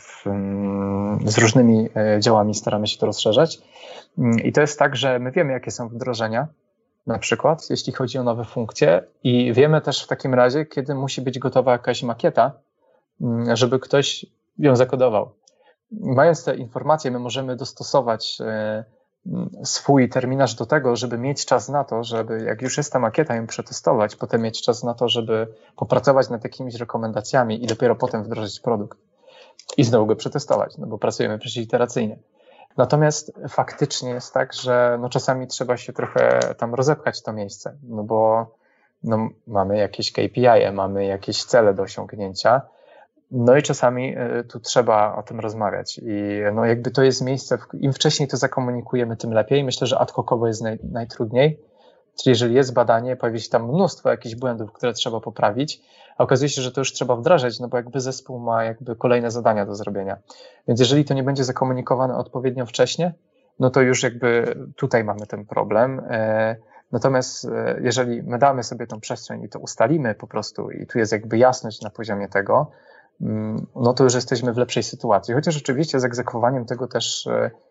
z różnymi działami staramy się to rozszerzać. I to jest tak, że my wiemy, jakie są wdrożenia, na przykład, jeśli chodzi o nowe funkcje, i wiemy też w takim razie, kiedy musi być gotowa jakaś makieta, żeby ktoś ją zakodował. Mając te informacje, my możemy dostosować swój terminarz do tego, żeby mieć czas na to, żeby jak już jest ta makieta, ją przetestować, potem mieć czas na to, żeby popracować nad jakimiś rekomendacjami i dopiero potem wdrożyć produkt i znowu go przetestować, no bo pracujemy przecież iteracyjnie. Natomiast faktycznie jest tak, że no czasami trzeba się trochę tam rozepchać to miejsce, no bo no mamy jakieś KPI, mamy jakieś cele do osiągnięcia, no i czasami tu trzeba o tym rozmawiać i no jakby to jest miejsce, im wcześniej to zakomunikujemy, tym lepiej. Myślę, że ad hocowo jest najtrudniej, czyli jeżeli jest badanie, pojawi się tam mnóstwo jakichś błędów, które trzeba poprawić, a okazuje się, że to już trzeba wdrażać, no bo jakby zespół ma jakby kolejne zadania do zrobienia. Więc jeżeli to nie będzie zakomunikowane odpowiednio wcześnie, no to już jakby tutaj mamy ten problem. Natomiast jeżeli my damy sobie tą przestrzeń i to ustalimy po prostu i tu jest jakby jasność na poziomie tego, no to już jesteśmy w lepszej sytuacji. Chociaż oczywiście z egzekwowaniem tego też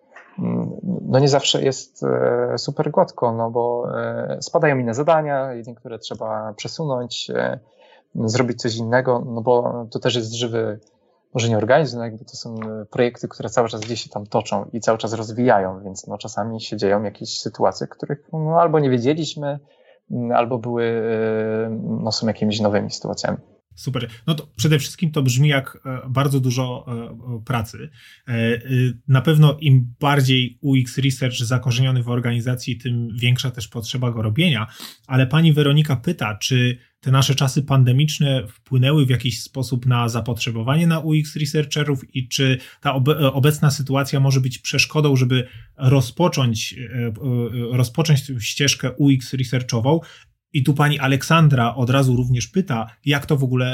no nie zawsze jest super gładko, no bo spadają inne zadania, niektóre trzeba przesunąć, zrobić coś innego, no bo to też jest żywy, może nie organizm, no jakby to są projekty, które cały czas gdzieś się tam toczą i cały czas rozwijają, więc no czasami się dzieją jakieś sytuacje, których no albo nie wiedzieliśmy, albo były, no są jakimiś nowymi sytuacjami. Super. No to przede wszystkim to brzmi jak bardzo dużo pracy. Na pewno im bardziej UX Research zakorzeniony w organizacji, tym większa też potrzeba go robienia, ale pani Weronika pyta, czy te nasze czasy pandemiczne wpłynęły w jakiś sposób na zapotrzebowanie na UX Researcherów i czy ta obecna sytuacja może być przeszkodą, żeby rozpocząć tę ścieżkę UX Researchową. I tu pani Aleksandra od razu również pyta, jak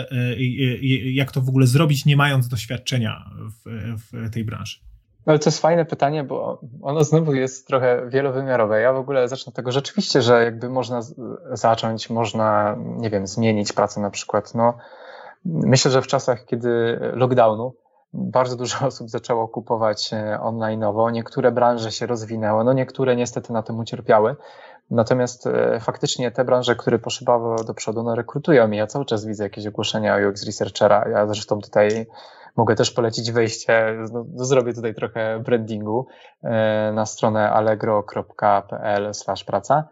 to w ogóle zrobić, nie mając doświadczenia w tej branży. Ale to jest fajne pytanie, bo ono znowu jest trochę wielowymiarowe. Ja w ogóle zacznę od tego, rzeczywiście, że jakby można zacząć, można, nie wiem, zmienić pracę na przykład. No, myślę, że w czasach, kiedy lockdownu bardzo dużo osób zaczęło kupować online'owo, niektóre branże się rozwinęły, no niektóre niestety na tym ucierpiały. Natomiast faktycznie te branże, które poszły do przodu, no rekrutują i ja cały czas widzę jakieś ogłoszenia o UX Researchera. Ja zresztą tutaj mogę też polecić wejście, no zrobię tutaj trochę brandingu na stronę allegro.pl/praca.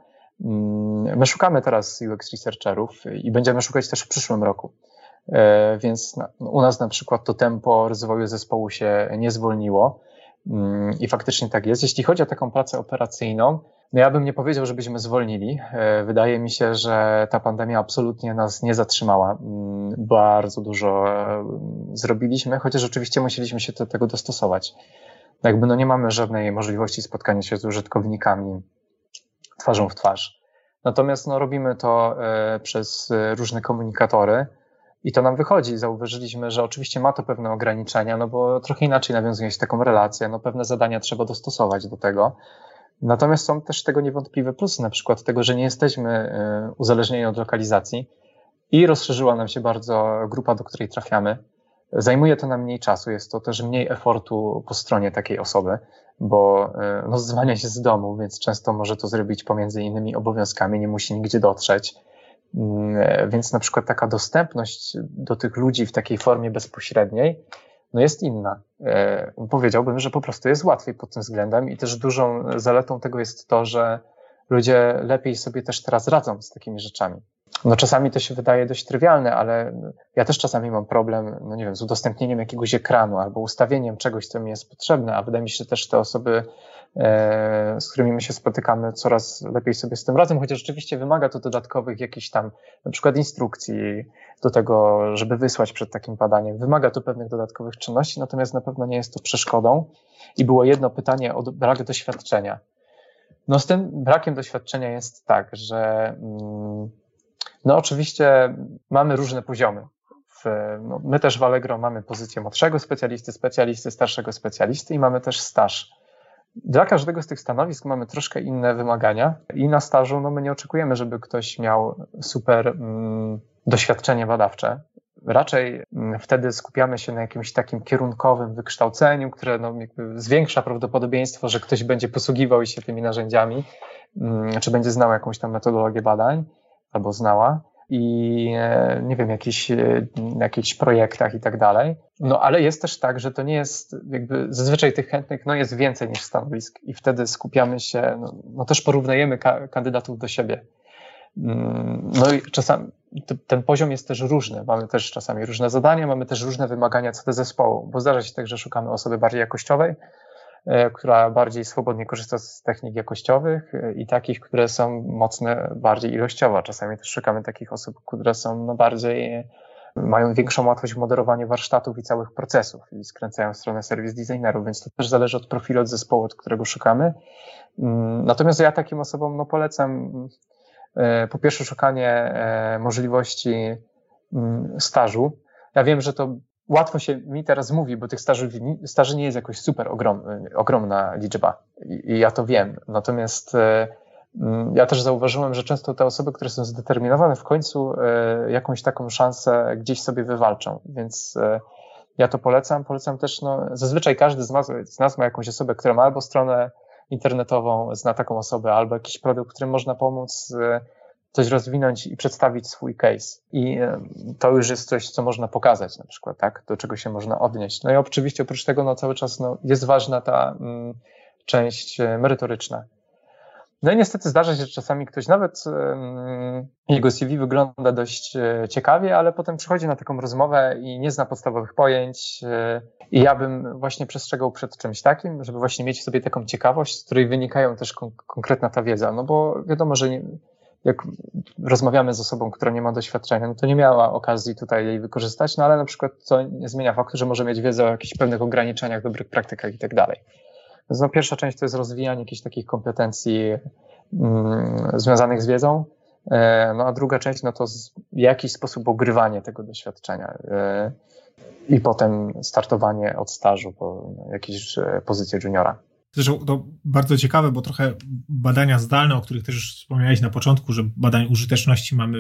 My szukamy teraz UX Researcherów i będziemy szukać też w przyszłym roku. Więc u nas na przykład to tempo rozwoju zespołu się nie zwolniło i faktycznie tak jest. Jeśli chodzi o taką pracę operacyjną, no ja bym nie powiedział, żebyśmy zwolnili. Wydaje mi się, że ta pandemia absolutnie nas nie zatrzymała. Bardzo dużo zrobiliśmy, chociaż oczywiście musieliśmy się do tego dostosować. Jakby no nie mamy żadnej możliwości spotkania się z użytkownikami twarzą w twarz. Natomiast no robimy to przez różne komunikatory i to nam wychodzi. Zauważyliśmy, że oczywiście ma to pewne ograniczenia, no bo trochę inaczej nawiązuje się taką relację, no pewne zadania trzeba dostosować do tego. Natomiast są też tego niewątpliwe plusy, na przykład tego, że nie jesteśmy uzależnieni od lokalizacji i rozszerzyła nam się bardzo grupa, do której trafiamy. Zajmuje to nam mniej czasu, jest to też mniej efortu po stronie takiej osoby, bo no, zwalnia się z domu, więc często może to zrobić pomiędzy innymi obowiązkami, nie musi nigdzie dotrzeć. Więc na przykład taka dostępność do tych ludzi w takiej formie bezpośredniej no jest inna. Powiedziałbym, że po prostu jest łatwiej pod tym względem i też dużą zaletą tego jest to, że ludzie lepiej sobie też teraz radzą z takimi rzeczami. No czasami to się wydaje dość trywialne, ale ja też czasami mam problem, no nie wiem, z udostępnieniem jakiegoś ekranu albo ustawieniem czegoś, co mi jest potrzebne, a wydaje mi się, że też te osoby, z którymi my się spotykamy, coraz lepiej sobie z tym radzą, chociaż oczywiście wymaga to dodatkowych jakichś tam na przykład instrukcji do tego, żeby wysłać przed takim badaniem. Wymaga to pewnych dodatkowych czynności, natomiast na pewno nie jest to przeszkodą. I było jedno pytanie o brak doświadczenia. No z tym brakiem doświadczenia jest tak, że No oczywiście mamy różne poziomy. My też w Allegro mamy pozycję młodszego specjalisty, starszego specjalisty i mamy też staż. Dla każdego z tych stanowisk mamy troszkę inne wymagania i na stażu my nie oczekujemy, żeby ktoś miał super doświadczenie badawcze. Raczej wtedy skupiamy się na jakimś takim kierunkowym wykształceniu, które jakby zwiększa prawdopodobieństwo, że ktoś będzie posługiwał się tymi narzędziami, czy będzie znał jakąś tam metodologię badań, albo znała i nie wiem, jakichś projektach i tak dalej. No ale jest też tak, że to nie jest jakby zazwyczaj tych chętnych jest więcej niż stanowisk i wtedy skupiamy się, też porównujemy kandydatów do siebie. No i czasami ten poziom jest też różny. Mamy też czasami różne zadania, mamy też różne wymagania co do zespołu, bo zdarza się tak, że szukamy osoby bardziej jakościowej, która bardziej swobodnie korzysta z technik jakościowych i takich, które są mocne bardziej ilościowo. Czasami też szukamy takich osób, które są mają większą łatwość w moderowaniu warsztatów i całych procesów i skręcają w stronę serwis designerów, więc to też zależy od profilu, od zespołu, od którego szukamy. Natomiast ja takim osobom polecam po pierwsze szukanie możliwości stażu. Ja wiem, że to łatwo się mi teraz mówi, bo tych staży nie jest jakoś super ogromna liczba i ja to wiem. Natomiast ja też zauważyłem, że często te osoby, które są zdeterminowane w końcu jakąś taką szansę gdzieś sobie wywalczą, więc ja to polecam. Polecam też, zazwyczaj każdy z nas ma jakąś osobę, która ma albo stronę internetową, zna taką osobę, albo jakiś produkt, którym można pomóc coś rozwinąć i przedstawić swój case. I to już jest coś, co można pokazać na przykład, tak? Do czego się można odnieść. No i oczywiście oprócz tego cały czas jest ważna ta część merytoryczna. No i niestety zdarza się, że czasami ktoś nawet jego CV wygląda dość ciekawie, ale potem przychodzi na taką rozmowę i nie zna podstawowych pojęć i ja bym właśnie przestrzegał przed czymś takim, żeby właśnie mieć w sobie taką ciekawość, z której wynikają też konkretna ta wiedza, no bo wiadomo, że jak rozmawiamy z osobą, która nie ma doświadczenia, to nie miała okazji tutaj jej wykorzystać, ale na przykład to nie zmienia faktu, że może mieć wiedzę o jakichś pewnych ograniczeniach, dobrych praktykach i tak dalej. Więc pierwsza część to jest rozwijanie jakichś takich kompetencji związanych z wiedzą, a druga część to jakiś sposób ogrywanie tego doświadczenia i potem startowanie od stażu po jakieś pozycję juniora. Zresztą to bardzo ciekawe, bo trochę badania zdalne, o których też już wspomniałeś na początku, że badań użyteczności mamy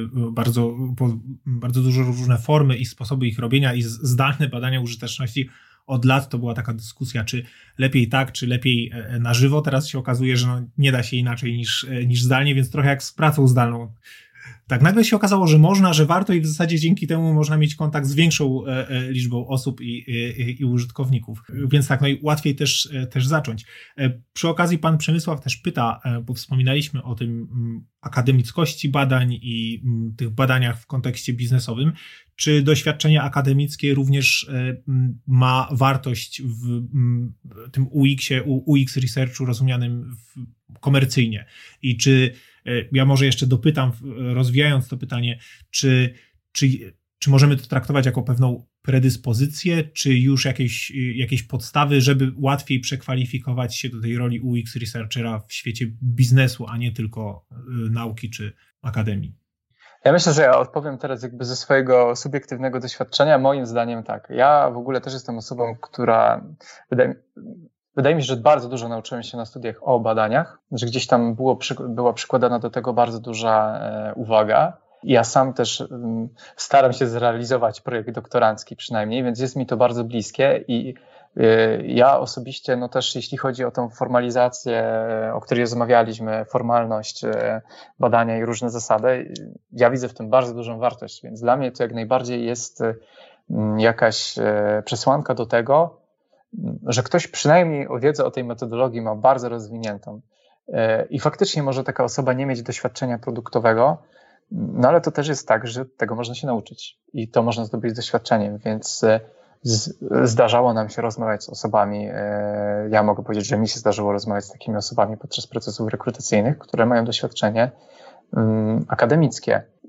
bardzo dużo różne formy i sposoby ich robienia i zdalne badania użyteczności od lat to była taka dyskusja, czy lepiej tak, czy lepiej na żywo. Teraz się okazuje, że nie da się inaczej niż zdalnie, więc trochę jak z pracą zdalną. Tak, nagle się okazało, że można, że warto i w zasadzie dzięki temu można mieć kontakt z większą liczbą osób i użytkowników. Więc tak, i łatwiej też zacząć. Przy okazji pan Przemysław też pyta, bo wspominaliśmy o tym akademickości badań i tych badaniach w kontekście biznesowym. Czy doświadczenie akademickie również ma wartość w tym UX-ie, UX researchu rozumianym komercyjnie? I czy ja może jeszcze dopytam, rozwijając to pytanie, czy możemy to traktować jako pewną predyspozycję, czy już jakieś podstawy, żeby łatwiej przekwalifikować się do tej roli UX researchera w świecie biznesu, a nie tylko nauki czy akademii? Ja myślę, że ja odpowiem teraz ze swojego subiektywnego doświadczenia. Moim zdaniem tak. Ja w ogóle też jestem osobą, która wydaje mi się, że bardzo dużo nauczyłem się na studiach o badaniach, że gdzieś tam była przykładana do tego bardzo duża uwaga. Ja sam też staram się zrealizować projekt doktorancki przynajmniej, więc jest mi to bardzo bliskie i ja osobiście, też jeśli chodzi o tą formalizację, o której rozmawialiśmy, formalność badania i różne zasady, ja widzę w tym bardzo dużą wartość, więc dla mnie to jak najbardziej jest jakaś przesłanka do tego, że ktoś przynajmniej wiedzę o tej metodologii ma bardzo rozwiniętą i faktycznie może taka osoba nie mieć doświadczenia produktowego, ale to też jest tak, że tego można się nauczyć i to można zdobyć doświadczeniem, więc zdarzało nam się rozmawiać z osobami, ja mogę powiedzieć, że mi się zdarzyło rozmawiać z takimi osobami podczas procesów rekrutacyjnych, które mają doświadczenie akademickie.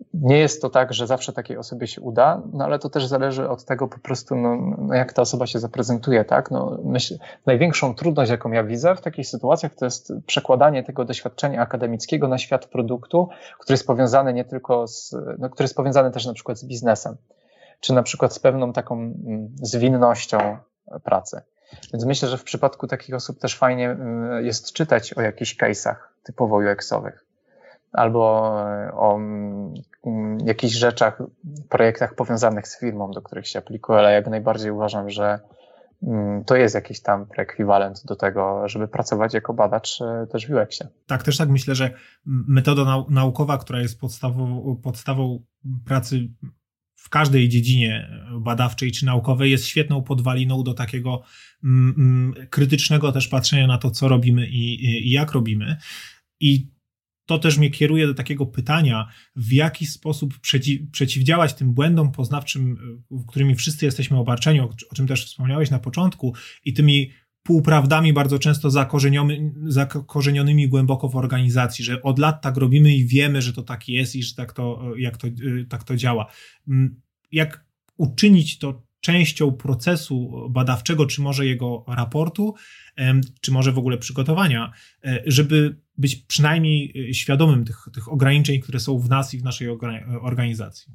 Nie jest to tak, że zawsze takiej osobie się uda, no ale to też zależy od tego po prostu, no jak ta osoba się zaprezentuje, tak? No, największą trudność, jaką ja widzę w takich sytuacjach, to jest przekładanie tego doświadczenia akademickiego na świat produktu, który jest powiązany nie tylko który jest powiązany też na przykład z biznesem, czy na przykład z pewną taką zwinnością pracy. Więc myślę, że w przypadku takich osób też fajnie jest czytać o jakichś case'ach typowo UX-owych albo o jakichś rzeczach, projektach powiązanych z firmą, do których się aplikuje, ale jak najbardziej uważam, że to jest jakiś tam ekwiwalent do tego, żeby pracować jako badacz też w UX-ie. Tak, też tak myślę, że metoda naukowa, która jest podstawą pracy w każdej dziedzinie badawczej czy naukowej, jest świetną podwaliną do takiego krytycznego też patrzenia na to, co robimy i jak robimy. I to też mnie kieruje do takiego pytania, w jaki sposób przeciwdziałać tym błędom poznawczym, którymi wszyscy jesteśmy obarczeni, o czym też wspomniałeś na początku, i tymi półprawdami bardzo często zakorzenionymi głęboko w organizacji, że od lat tak robimy i wiemy, że to tak jest i że tak to działa. Jak uczynić to częścią procesu badawczego, czy może jego raportu, czy może w ogóle przygotowania, żeby być przynajmniej świadomym tych ograniczeń, które są w nas i w naszej organizacji?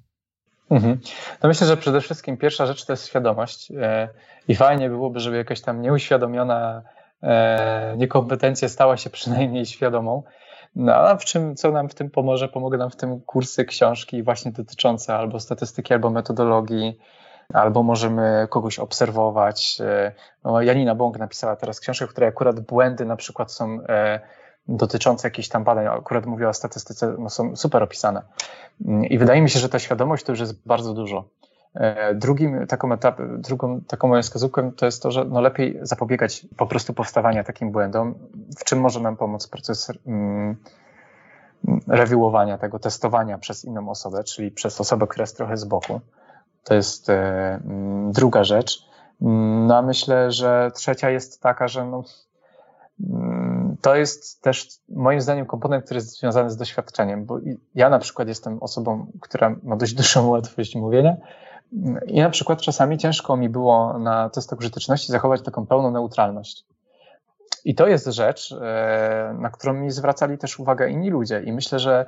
To myślę, że przede wszystkim pierwsza rzecz to jest świadomość i fajnie byłoby, żeby jakaś tam nieuświadomiona niekompetencja stała się przynajmniej świadomą. No a co nam w tym pomoże? Pomogą nam w tym kursy, książki właśnie dotyczące albo statystyki, albo metodologii, albo możemy kogoś obserwować. No, Janina Bąk napisała teraz książkę, w której akurat błędy na przykład są dotyczące jakichś tam badań, akurat mówiła o statystyce, no są super opisane. I wydaje mi się, że ta świadomość to już jest bardzo dużo. Drugą taką moją wskazówką to jest to, że no lepiej zapobiegać po prostu powstawania takim błędom, w czym może nam pomóc proces review'owania tego, testowania przez inną osobę, czyli przez osobę, która jest trochę z boku. To jest druga rzecz. No a myślę, że trzecia jest taka, że to jest też moim zdaniem komponent, który jest związany z doświadczeniem, bo ja na przykład jestem osobą, która ma dość dużą łatwość mówienia i na przykład czasami ciężko mi było na testach użyteczności zachować taką pełną neutralność. I to jest rzecz, na którą mi zwracali też uwagę inni ludzie i myślę, że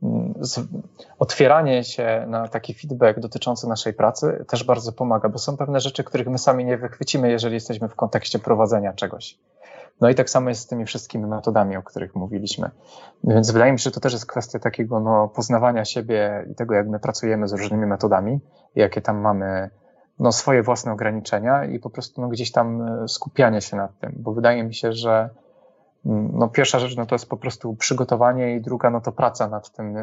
otwieranie się na taki feedback dotyczący naszej pracy też bardzo pomaga, bo są pewne rzeczy, których my sami nie wychwycimy, jeżeli jesteśmy w kontekście prowadzenia czegoś. No i tak samo jest z tymi wszystkimi metodami, o których mówiliśmy. Więc wydaje mi się, że to też jest kwestia takiego poznawania siebie i tego, jak my pracujemy z różnymi metodami, jakie tam mamy swoje własne ograniczenia i po prostu gdzieś tam skupianie się nad tym, bo wydaje mi się, że pierwsza rzecz to jest po prostu przygotowanie i druga to praca nad tym,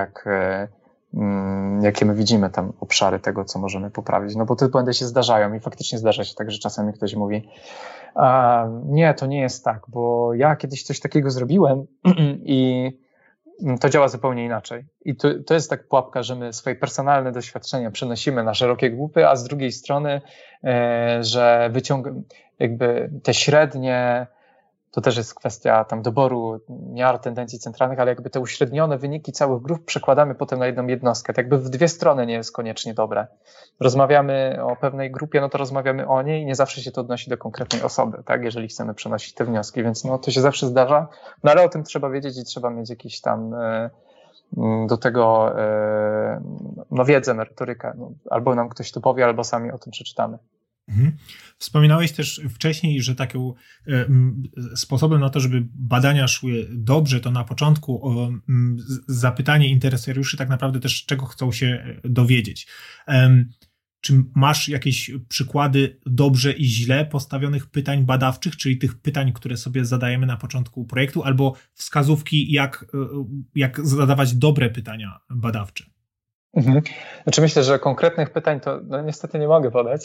jakie my widzimy tam obszary tego, co możemy poprawić. Bo te błędy się zdarzają i faktycznie zdarza się tak, że czasami ktoś mówi nie, to nie jest tak, bo ja kiedyś coś takiego zrobiłem i to działa zupełnie inaczej. I to jest tak pułapka, że my swoje personalne doświadczenia przenosimy na szerokie głupy, a z drugiej strony, że jakby te średnie, to też jest kwestia tam doboru miar tendencji centralnych, ale jakby te uśrednione wyniki całych grup przekładamy potem na jedną jednostkę. Tak jakby w dwie strony nie jest koniecznie dobre. Rozmawiamy o pewnej grupie, to rozmawiamy o niej i nie zawsze się to odnosi do konkretnej osoby, tak? Jeżeli chcemy przenosić te wnioski, więc to się zawsze zdarza, ale o tym trzeba wiedzieć i trzeba mieć jakiś tam do tego wiedzę, merytorykę. Albo nam ktoś to powie, albo sami o tym przeczytamy. Wspominałeś też wcześniej, że takim sposobem na to, żeby badania szły dobrze, to na początku zapytanie interesariuszy tak naprawdę też czego chcą się dowiedzieć. Czy masz jakieś przykłady dobrze i źle postawionych pytań badawczych, czyli tych pytań, które sobie zadajemy na początku projektu, albo wskazówki, jak zadawać dobre pytania badawcze? Znaczy myślę, że konkretnych pytań to niestety nie mogę podać.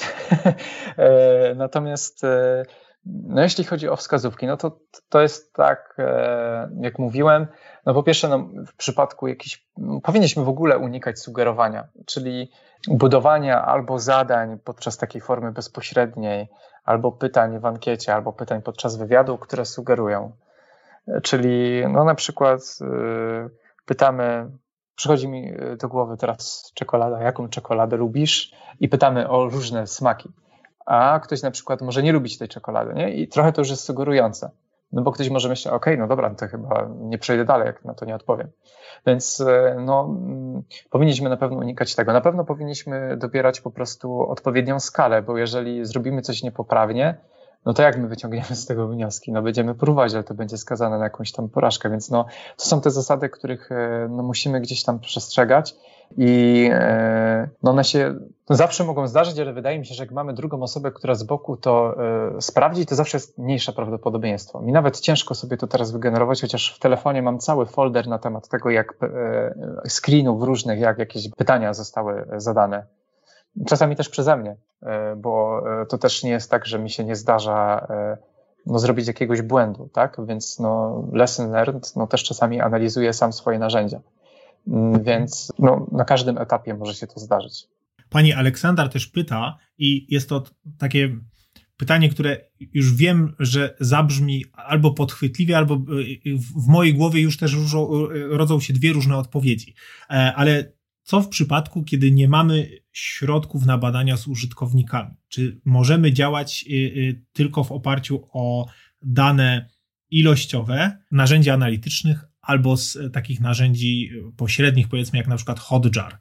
Natomiast jeśli chodzi o wskazówki, to jest tak, jak mówiłem, po pierwsze w przypadku powinniśmy w ogóle unikać sugerowania, czyli budowania albo zadań podczas takiej formy bezpośredniej, albo pytań w ankiecie, albo pytań podczas wywiadu, które sugerują. Czyli na przykład pytamy, przychodzi mi do głowy teraz czekolada, jaką czekoladę lubisz? I pytamy o różne smaki. A ktoś na przykład może nie lubić tej czekolady, nie? I trochę to już jest sugerujące. No bo ktoś może myśleć, okej, no dobra, to chyba nie przejdę dalej, jak na to nie odpowiem. Więc powinniśmy na pewno unikać tego. Na pewno powinniśmy dobierać po prostu odpowiednią skalę, bo jeżeli zrobimy coś niepoprawnie, no to jak my wyciągniemy z tego wnioski? No będziemy próbować, ale to będzie skazane na jakąś tam porażkę, więc to są te zasady, których musimy gdzieś tam przestrzegać i one się zawsze mogą zdarzyć, ale wydaje mi się, że jak mamy drugą osobę, która z boku to sprawdzi, to zawsze jest mniejsze prawdopodobieństwo. Mi nawet ciężko sobie to teraz wygenerować, chociaż w telefonie mam cały folder na temat tego, jak screenów różnych, jak jakieś pytania zostały zadane. Czasami też przeze mnie, bo to też nie jest tak, że mi się nie zdarza zrobić jakiegoś błędu, tak? Więc lesson learned, też czasami analizuję sam swoje narzędzia. Więc na każdym etapie może się to zdarzyć. Pani Aleksandra też pyta i jest to takie pytanie, które już wiem, że zabrzmi albo podchwytliwie, albo w mojej głowie już też rodzą się dwie różne odpowiedzi. Ale co w przypadku, kiedy nie mamy środków na badania z użytkownikami? Czy możemy działać tylko w oparciu o dane ilościowe, narzędzi analitycznych, albo z takich narzędzi pośrednich, powiedzmy jak na przykład Hotjar?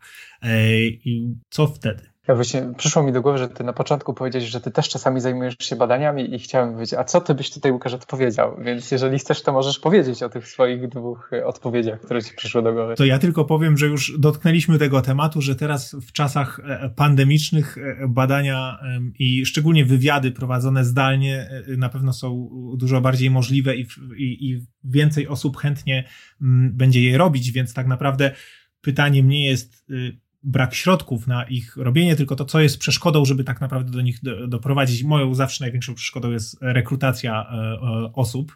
I co wtedy? Ja właśnie przyszło mi do głowy, że ty na początku powiedziałeś, że ty też czasami zajmujesz się badaniami i chciałem powiedzieć, a co ty byś tutaj, Łukasz, odpowiedział? Więc jeżeli chcesz, to możesz powiedzieć o tych swoich dwóch odpowiedziach, które ci przyszły do głowy. To ja tylko powiem, że już dotknęliśmy tego tematu, że teraz w czasach pandemicznych badania i szczególnie wywiady prowadzone zdalnie na pewno są dużo bardziej możliwe i więcej osób chętnie będzie je robić, więc tak naprawdę pytaniem nie jest brak środków na ich robienie, tylko to, co jest przeszkodą, żeby tak naprawdę do nich doprowadzić. Moją zawsze największą przeszkodą jest rekrutacja osób.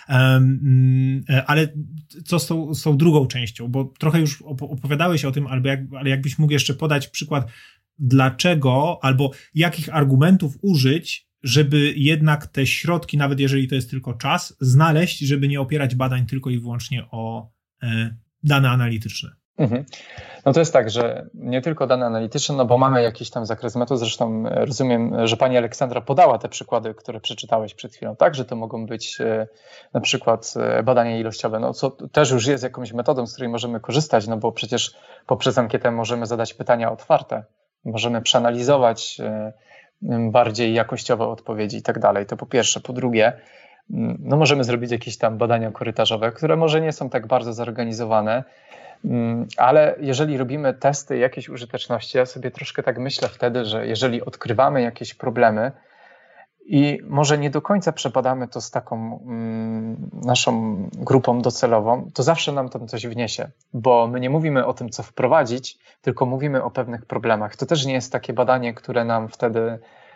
Ale co z tą drugą częścią? Bo trochę już opowiadałeś o tym, ale jakbyś mógł jeszcze podać przykład, dlaczego albo jakich argumentów użyć, żeby jednak te środki, nawet jeżeli to jest tylko czas, znaleźć, żeby nie opierać badań tylko i wyłącznie o dane analityczne. No to jest tak, że nie tylko dane analityczne, bo mamy jakiś tam zakres metod, zresztą rozumiem, że pani Aleksandra podała te przykłady, które przeczytałeś przed chwilą, tak, że to mogą być na przykład badania ilościowe, co też już jest jakąś metodą, z której możemy korzystać, bo przecież poprzez ankietę możemy zadać pytania otwarte, możemy przeanalizować bardziej jakościowe odpowiedzi i tak dalej, to po pierwsze. Po drugie, możemy zrobić jakieś tam badania korytarzowe, które może nie są tak bardzo zorganizowane, ale jeżeli robimy testy jakiejś użyteczności, ja sobie troszkę tak myślę wtedy, że jeżeli odkrywamy jakieś problemy i może nie do końca przebadamy to z taką naszą grupą docelową, to zawsze nam tam coś wniesie, bo my nie mówimy o tym, co wprowadzić, tylko mówimy o pewnych problemach. To też nie jest takie badanie, które nam wtedy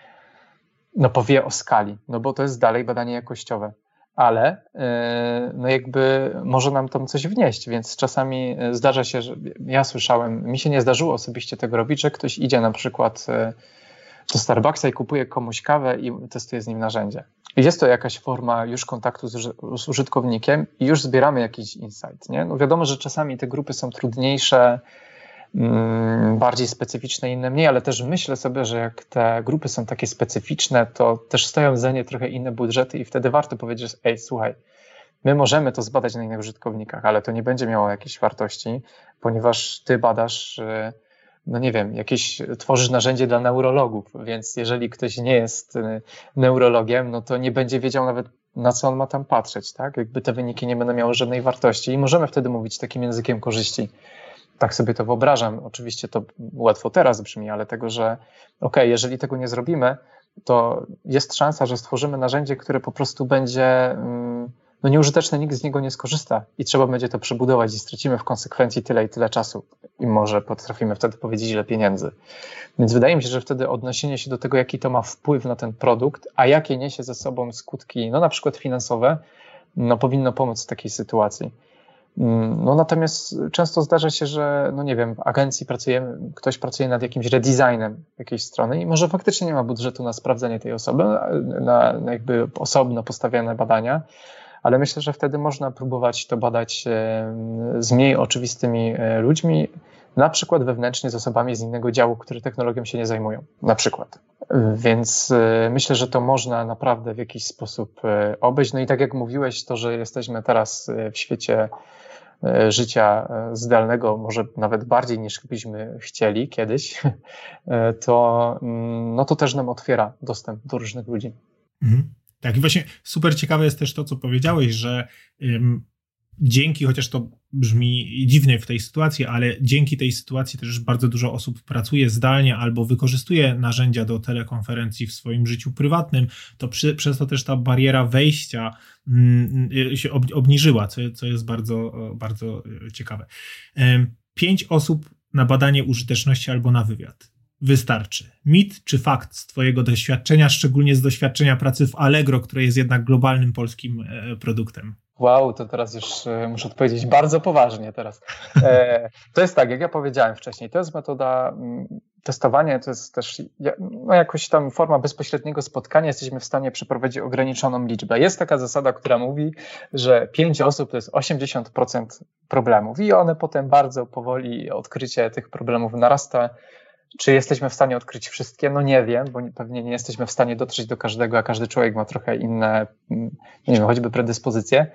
powie o skali, bo to jest dalej badanie jakościowe. Ale jakby może nam tam coś wnieść, więc czasami zdarza się, że ja słyszałem, mi się nie zdarzyło osobiście tego robić, że ktoś idzie na przykład do Starbucksa i kupuje komuś kawę i testuje z nim narzędzie. I jest to jakaś forma już kontaktu z użytkownikiem i już zbieramy jakiś insight, nie? Wiadomo, że czasami te grupy są trudniejsze, bardziej specyficzne, inne mniej, ale też myślę sobie, że jak te grupy są takie specyficzne, to też stoją za nie trochę inne budżety i wtedy warto powiedzieć, że słuchaj, my możemy to zbadać na innych użytkownikach, ale to nie będzie miało jakiejś wartości, ponieważ ty badasz, tworzysz narzędzie dla neurologów, więc jeżeli ktoś nie jest neurologiem, to nie będzie wiedział nawet, na co on ma tam patrzeć, tak? Jakby te wyniki nie będą miały żadnej wartości i możemy wtedy mówić takim językiem korzyści. Tak sobie to wyobrażam. Oczywiście to łatwo teraz brzmi, ale tego, że jeżeli tego nie zrobimy, to jest szansa, że stworzymy narzędzie, które po prostu będzie nieużyteczne, nikt z niego nie skorzysta i trzeba będzie to przebudować i stracimy w konsekwencji tyle i tyle czasu i może potrafimy wtedy powiedzieć ile pieniędzy. Więc wydaje mi się, że wtedy odniesienie się do tego, jaki to ma wpływ na ten produkt, a jakie niesie ze sobą skutki, na przykład finansowe, powinno pomóc w takiej sytuacji. Natomiast często zdarza się, że w agencji ktoś pracuje nad jakimś redesignem jakiejś strony i może faktycznie nie ma budżetu na sprawdzenie tej osoby, na jakby osobno postawione badania, ale myślę, że wtedy można próbować to badać z mniej oczywistymi ludźmi, na przykład wewnętrznie z osobami z innego działu, które technologią się nie zajmują, na przykład. Więc myślę, że to można naprawdę w jakiś sposób obejść. No i tak jak mówiłeś, to, że jesteśmy teraz w świecie życia zdalnego, może nawet bardziej niż byśmy chcieli kiedyś, to też nam otwiera dostęp do różnych ludzi. Tak, i właśnie super ciekawe jest też to, co powiedziałeś, że dzięki, chociaż to brzmi dziwnie w tej sytuacji, ale dzięki tej sytuacji też bardzo dużo osób pracuje zdalnie albo wykorzystuje narzędzia do telekonferencji w swoim życiu prywatnym, to przez to też ta bariera wejścia się obniżyła, co jest bardzo, bardzo ciekawe. 5 osób na badanie użyteczności albo na wywiad. Wystarczy. Mit czy fakt z twojego doświadczenia, szczególnie z doświadczenia pracy w Allegro, które jest jednak globalnym polskim produktem? Wow, to teraz już muszę odpowiedzieć bardzo poważnie teraz. To jest tak, jak ja powiedziałem wcześniej, to jest metoda testowania, to jest też jakoś tam forma bezpośredniego spotkania, jesteśmy w stanie przeprowadzić ograniczoną liczbę. Jest taka zasada, która mówi, że 5 osób to jest 80% problemów i one potem bardzo powoli odkrycie tych problemów narasta. Czy jesteśmy w stanie odkryć wszystkie? No nie wiem, bo pewnie nie jesteśmy w stanie dotrzeć do każdego, a każdy człowiek ma trochę inne, nie wiem, choćby predyspozycje.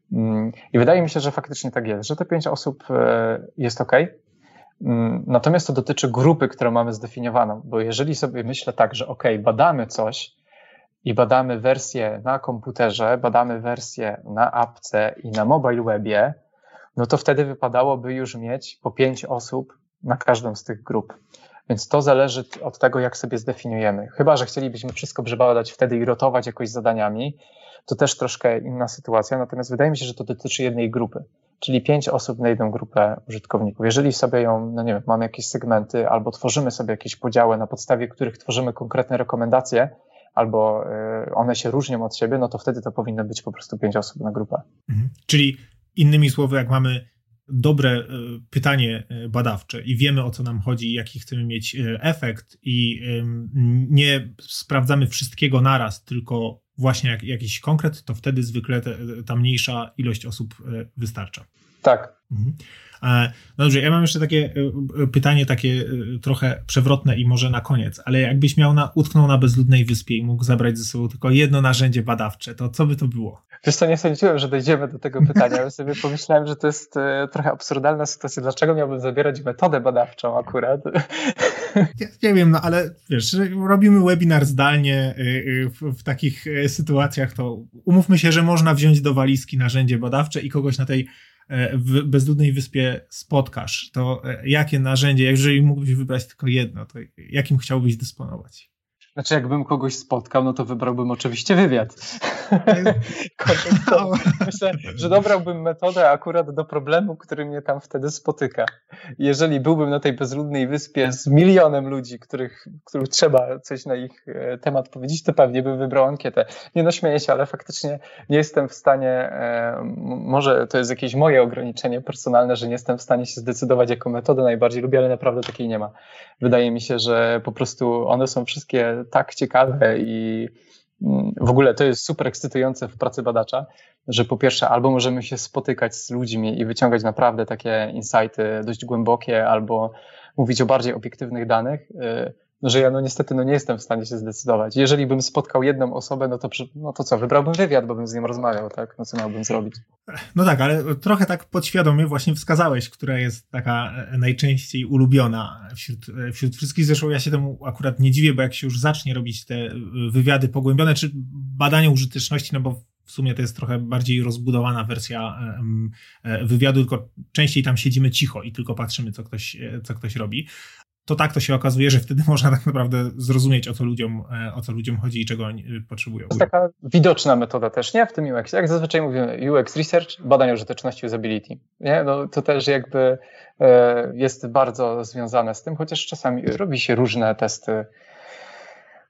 I wydaje mi się, że faktycznie tak jest, że te 5 osób jest ok. Natomiast to dotyczy grupy, którą mamy zdefiniowaną, bo jeżeli sobie myślę tak, że ok, badamy coś i badamy wersję na komputerze, badamy wersję na apce i na mobile webie, no to wtedy wypadałoby już mieć po 5 osób na każdą z tych grup. Więc to zależy od tego, jak sobie zdefiniujemy. Chyba że chcielibyśmy wszystko przebadać wtedy i rotować jakoś zadaniami, to też troszkę inna sytuacja. Natomiast wydaje mi się, że to dotyczy jednej grupy, czyli 5 osób na jedną grupę użytkowników. Jeżeli sobie ją, no nie wiem, mamy jakieś segmenty albo tworzymy sobie jakieś podziały, na podstawie których tworzymy konkretne rekomendacje, albo one się różnią od siebie, no to wtedy to powinno być po prostu 5 osób na grupę. Czyli innymi słowy, jak mamy dobre pytanie badawcze i wiemy, o co nam chodzi, jaki chcemy mieć efekt i nie sprawdzamy wszystkiego naraz, tylko właśnie jakiś konkret, to wtedy zwykle ta mniejsza ilość osób wystarcza. Tak. No dobrze, ja mam jeszcze takie pytanie, takie trochę przewrotne i może na koniec, ale jakbyś utknął na bezludnej wyspie i mógł zabrać ze sobą tylko jedno narzędzie badawcze, to co by to było? Wiesz co, nie sądziłem, że dojdziemy do tego pytania, ale sobie pomyślałem, że to jest trochę absurdalna sytuacja. Dlaczego miałbym zabierać metodę badawczą akurat? Ja nie wiem, no ale wiesz, robimy webinar zdalnie w takich sytuacjach, to umówmy się, że można wziąć do walizki narzędzie badawcze i kogoś na tej bezludnej wyspie spotkasz. To jakie narzędzie, jeżeli mógłbyś wybrać tylko jedno, to jakim chciałbyś dysponować? Znaczy, jakbym kogoś spotkał, no to wybrałbym oczywiście wywiad. Myślę, że dobrałbym metodę akurat do problemu, który mnie tam wtedy spotyka. Jeżeli byłbym na tej bezludnej wyspie z milionem ludzi, których trzeba coś na ich temat powiedzieć, to pewnie bym wybrał ankietę. Nie no, śmieję się, ale faktycznie nie jestem w stanie, może to jest jakieś moje ograniczenie personalne, że nie jestem w stanie się zdecydować, jaką metodę najbardziej lubię, ale naprawdę takiej nie ma. Wydaje mi się, że po prostu one są wszystkie tak ciekawe i w ogóle to jest super ekscytujące w pracy badacza, że po pierwsze albo możemy się spotykać z ludźmi i wyciągać naprawdę takie insighty dość głębokie, albo mówić o bardziej obiektywnych danych, że ja niestety nie jestem w stanie się zdecydować. Jeżeli bym spotkał jedną osobę, no to co, wybrałbym wywiad, bo bym z nią rozmawiał, tak? No co miałbym zrobić? No tak, ale trochę tak podświadomie właśnie wskazałeś, która jest taka najczęściej ulubiona wśród wszystkich. Zresztą ja się temu akurat nie dziwię, bo jak się już zacznie robić te wywiady pogłębione, czy badania użyteczności, no bo w sumie to jest trochę bardziej rozbudowana wersja wywiadu, tylko częściej tam siedzimy cicho i tylko patrzymy, co ktoś robi. To tak to się okazuje, że wtedy można tak naprawdę zrozumieć, o co ludziom chodzi i czego oni potrzebują. To jest taka widoczna metoda też, nie? W tym UX. Jak zazwyczaj mówimy UX Research, badanie użyteczności usability. Nie? No, to też jakby jest bardzo związane z tym, chociaż czasami robi się różne testy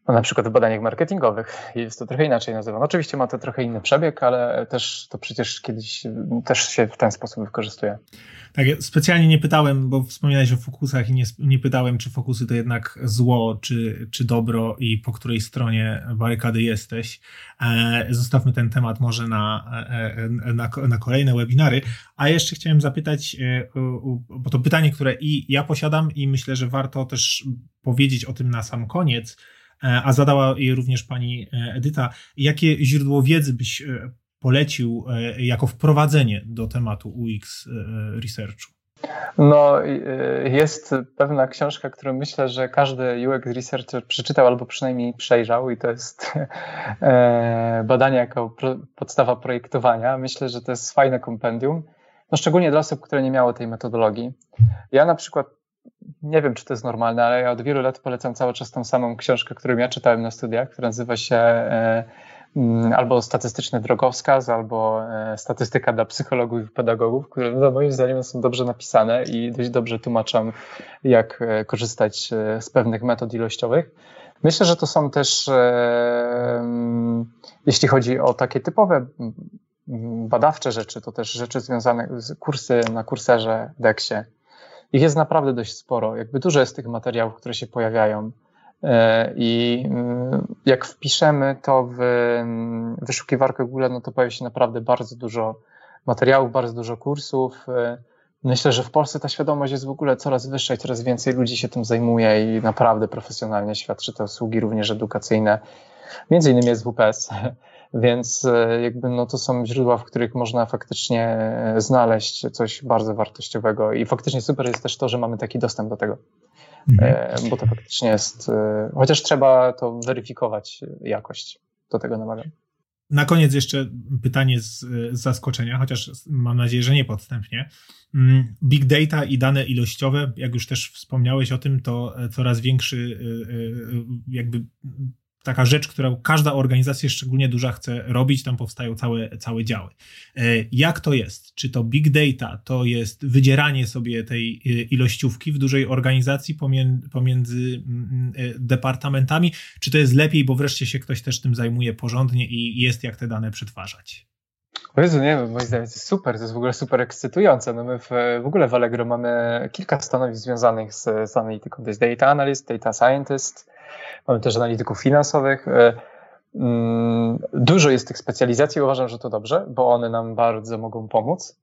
Na przykład w badaniach marketingowych jest to trochę inaczej nazywane. Oczywiście ma to trochę inny przebieg, ale też to przecież kiedyś też się w ten sposób wykorzystuje. Tak, specjalnie nie pytałem, bo wspominałeś o fokusach i nie pytałem, czy fokusy to jednak zło, czy dobro i po której stronie barykady jesteś. Zostawmy ten temat może na kolejne webinary. A jeszcze chciałem zapytać, bo to pytanie, które i ja posiadam i myślę, że warto też powiedzieć o tym na sam koniec, a zadała je również pani Edyta. Jakie źródło wiedzy byś polecił jako wprowadzenie do tematu UX Researchu? No, jest pewna książka, którą myślę, że każdy UX Researcher przeczytał albo przynajmniej przejrzał i to jest badanie jako podstawa projektowania. Myślę, że to jest fajne kompendium, no szczególnie dla osób, które nie miały tej metodologii. Ja na przykład nie wiem, czy to jest normalne, ale ja od wielu lat polecam cały czas tą samą książkę, którą ja czytałem na studiach, która nazywa się albo statystyczny drogowskaz, albo statystyka dla psychologów i pedagogów, które no, moim zdaniem są dobrze napisane i dość dobrze tłumaczą, jak korzystać z pewnych metod ilościowych. Myślę, że to są też, jeśli chodzi o takie typowe badawcze rzeczy, to też rzeczy związane z kursy na Courserze, Dexie. Ich jest naprawdę dość sporo. Jakby dużo jest tych materiałów, które się pojawiają. I jak wpiszemy to w wyszukiwarkę Google, no to pojawi się naprawdę bardzo dużo materiałów, bardzo dużo kursów. Myślę, że w Polsce ta świadomość jest w ogóle coraz wyższa i coraz więcej ludzi się tym zajmuje i naprawdę profesjonalnie świadczy te usługi również edukacyjne, między innymi SWPS. Więc jakby no to są źródła, w których można faktycznie znaleźć coś bardzo wartościowego i faktycznie super jest też to, że mamy taki dostęp do tego, bo to faktycznie jest, chociaż trzeba to weryfikować jakość, do tego namawiam. Na koniec jeszcze pytanie z zaskoczenia, chociaż mam nadzieję, że nie podstępnie. Big data i dane ilościowe, jak już też wspomniałeś o tym, to coraz większy jakby taka rzecz, którą każda organizacja, szczególnie duża, chce robić, tam powstają całe działy. Jak to jest? Czy to big data to jest wydzieranie sobie tej ilościówki w dużej organizacji pomiędzy departamentami, czy to jest lepiej, bo wreszcie się ktoś też tym zajmuje porządnie i jest jak te dane przetwarzać? O Jezu, nie, moim zdaniem to jest super, to jest w ogóle super ekscytujące. No my w ogóle w Allegro mamy kilka stanowisk związanych z analityką. To jest data analyst, data scientist, mamy też analityków finansowych. Dużo jest tych specjalizacji, uważam, że to dobrze, bo one nam bardzo mogą pomóc.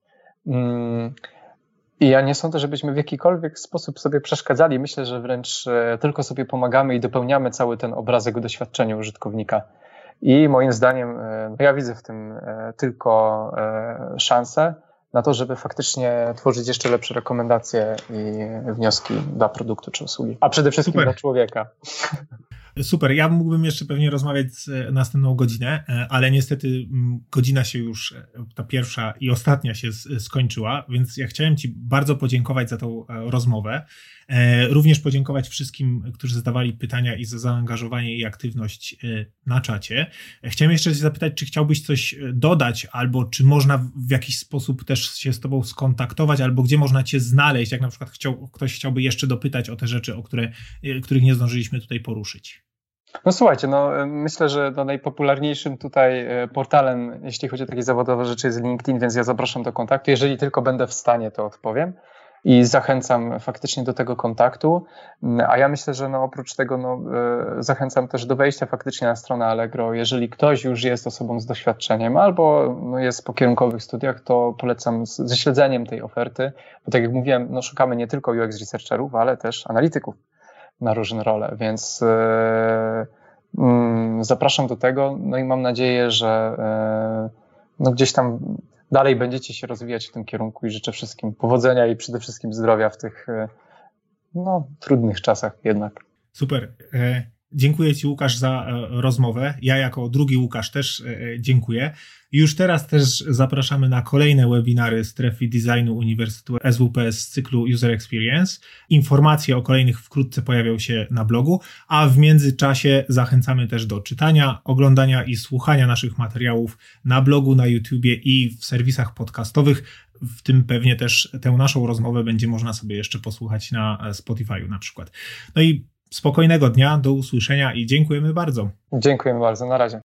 I ja nie sądzę, żebyśmy w jakikolwiek sposób sobie przeszkadzali. Myślę, że wręcz tylko sobie pomagamy i dopełniamy cały ten obrazek doświadczenia użytkownika. I moim zdaniem ja widzę w tym tylko szansę na to, żeby faktycznie tworzyć jeszcze lepsze rekomendacje i wnioski dla produktu czy usługi, a przede wszystkim dla człowieka. Super, ja mógłbym jeszcze pewnie rozmawiać następną godzinę, ale niestety godzina się już, ta pierwsza i ostatnia się skończyła, więc ja chciałem Ci bardzo podziękować za tą rozmowę. Również podziękować wszystkim, którzy zadawali pytania i za zaangażowanie i aktywność na czacie. Chciałem jeszcze zapytać, czy chciałbyś coś dodać, albo czy można w jakiś sposób też się z Tobą skontaktować, albo gdzie można Cię znaleźć, jak na przykład ktoś chciałby jeszcze dopytać o te rzeczy, których nie zdążyliśmy tutaj poruszyć. No słuchajcie, myślę, że najpopularniejszym tutaj portalem, jeśli chodzi o takie zawodowe rzeczy, jest LinkedIn, więc ja zapraszam do kontaktu. Jeżeli tylko będę w stanie, to odpowiem i zachęcam faktycznie do tego kontaktu. A ja myślę, że oprócz tego zachęcam też do wejścia faktycznie na stronę Allegro. Jeżeli ktoś już jest osobą z doświadczeniem albo jest po kierunkowych studiach, to polecam ze śledzeniem tej oferty, bo tak jak mówiłem, szukamy nie tylko UX researcherów, ale też analityków na różne role, więc zapraszam do tego, i mam nadzieję, że gdzieś tam dalej będziecie się rozwijać w tym kierunku i życzę wszystkim powodzenia i przede wszystkim zdrowia w tych trudnych czasach jednak. Super. Dziękuję Ci, Łukasz, za rozmowę. Ja jako drugi Łukasz też dziękuję. Już teraz też zapraszamy na kolejne webinary Strefy Designu Uniwersytetu SWPS z cyklu User Experience. Informacje o kolejnych wkrótce pojawią się na blogu, a w międzyczasie zachęcamy też do czytania, oglądania i słuchania naszych materiałów na blogu, na YouTubie i w serwisach podcastowych. W tym pewnie też tę naszą rozmowę będzie można sobie jeszcze posłuchać na Spotify'u na przykład. No i Spokojnego dnia, do usłyszenia i dziękujemy bardzo. Dziękujemy bardzo, na razie.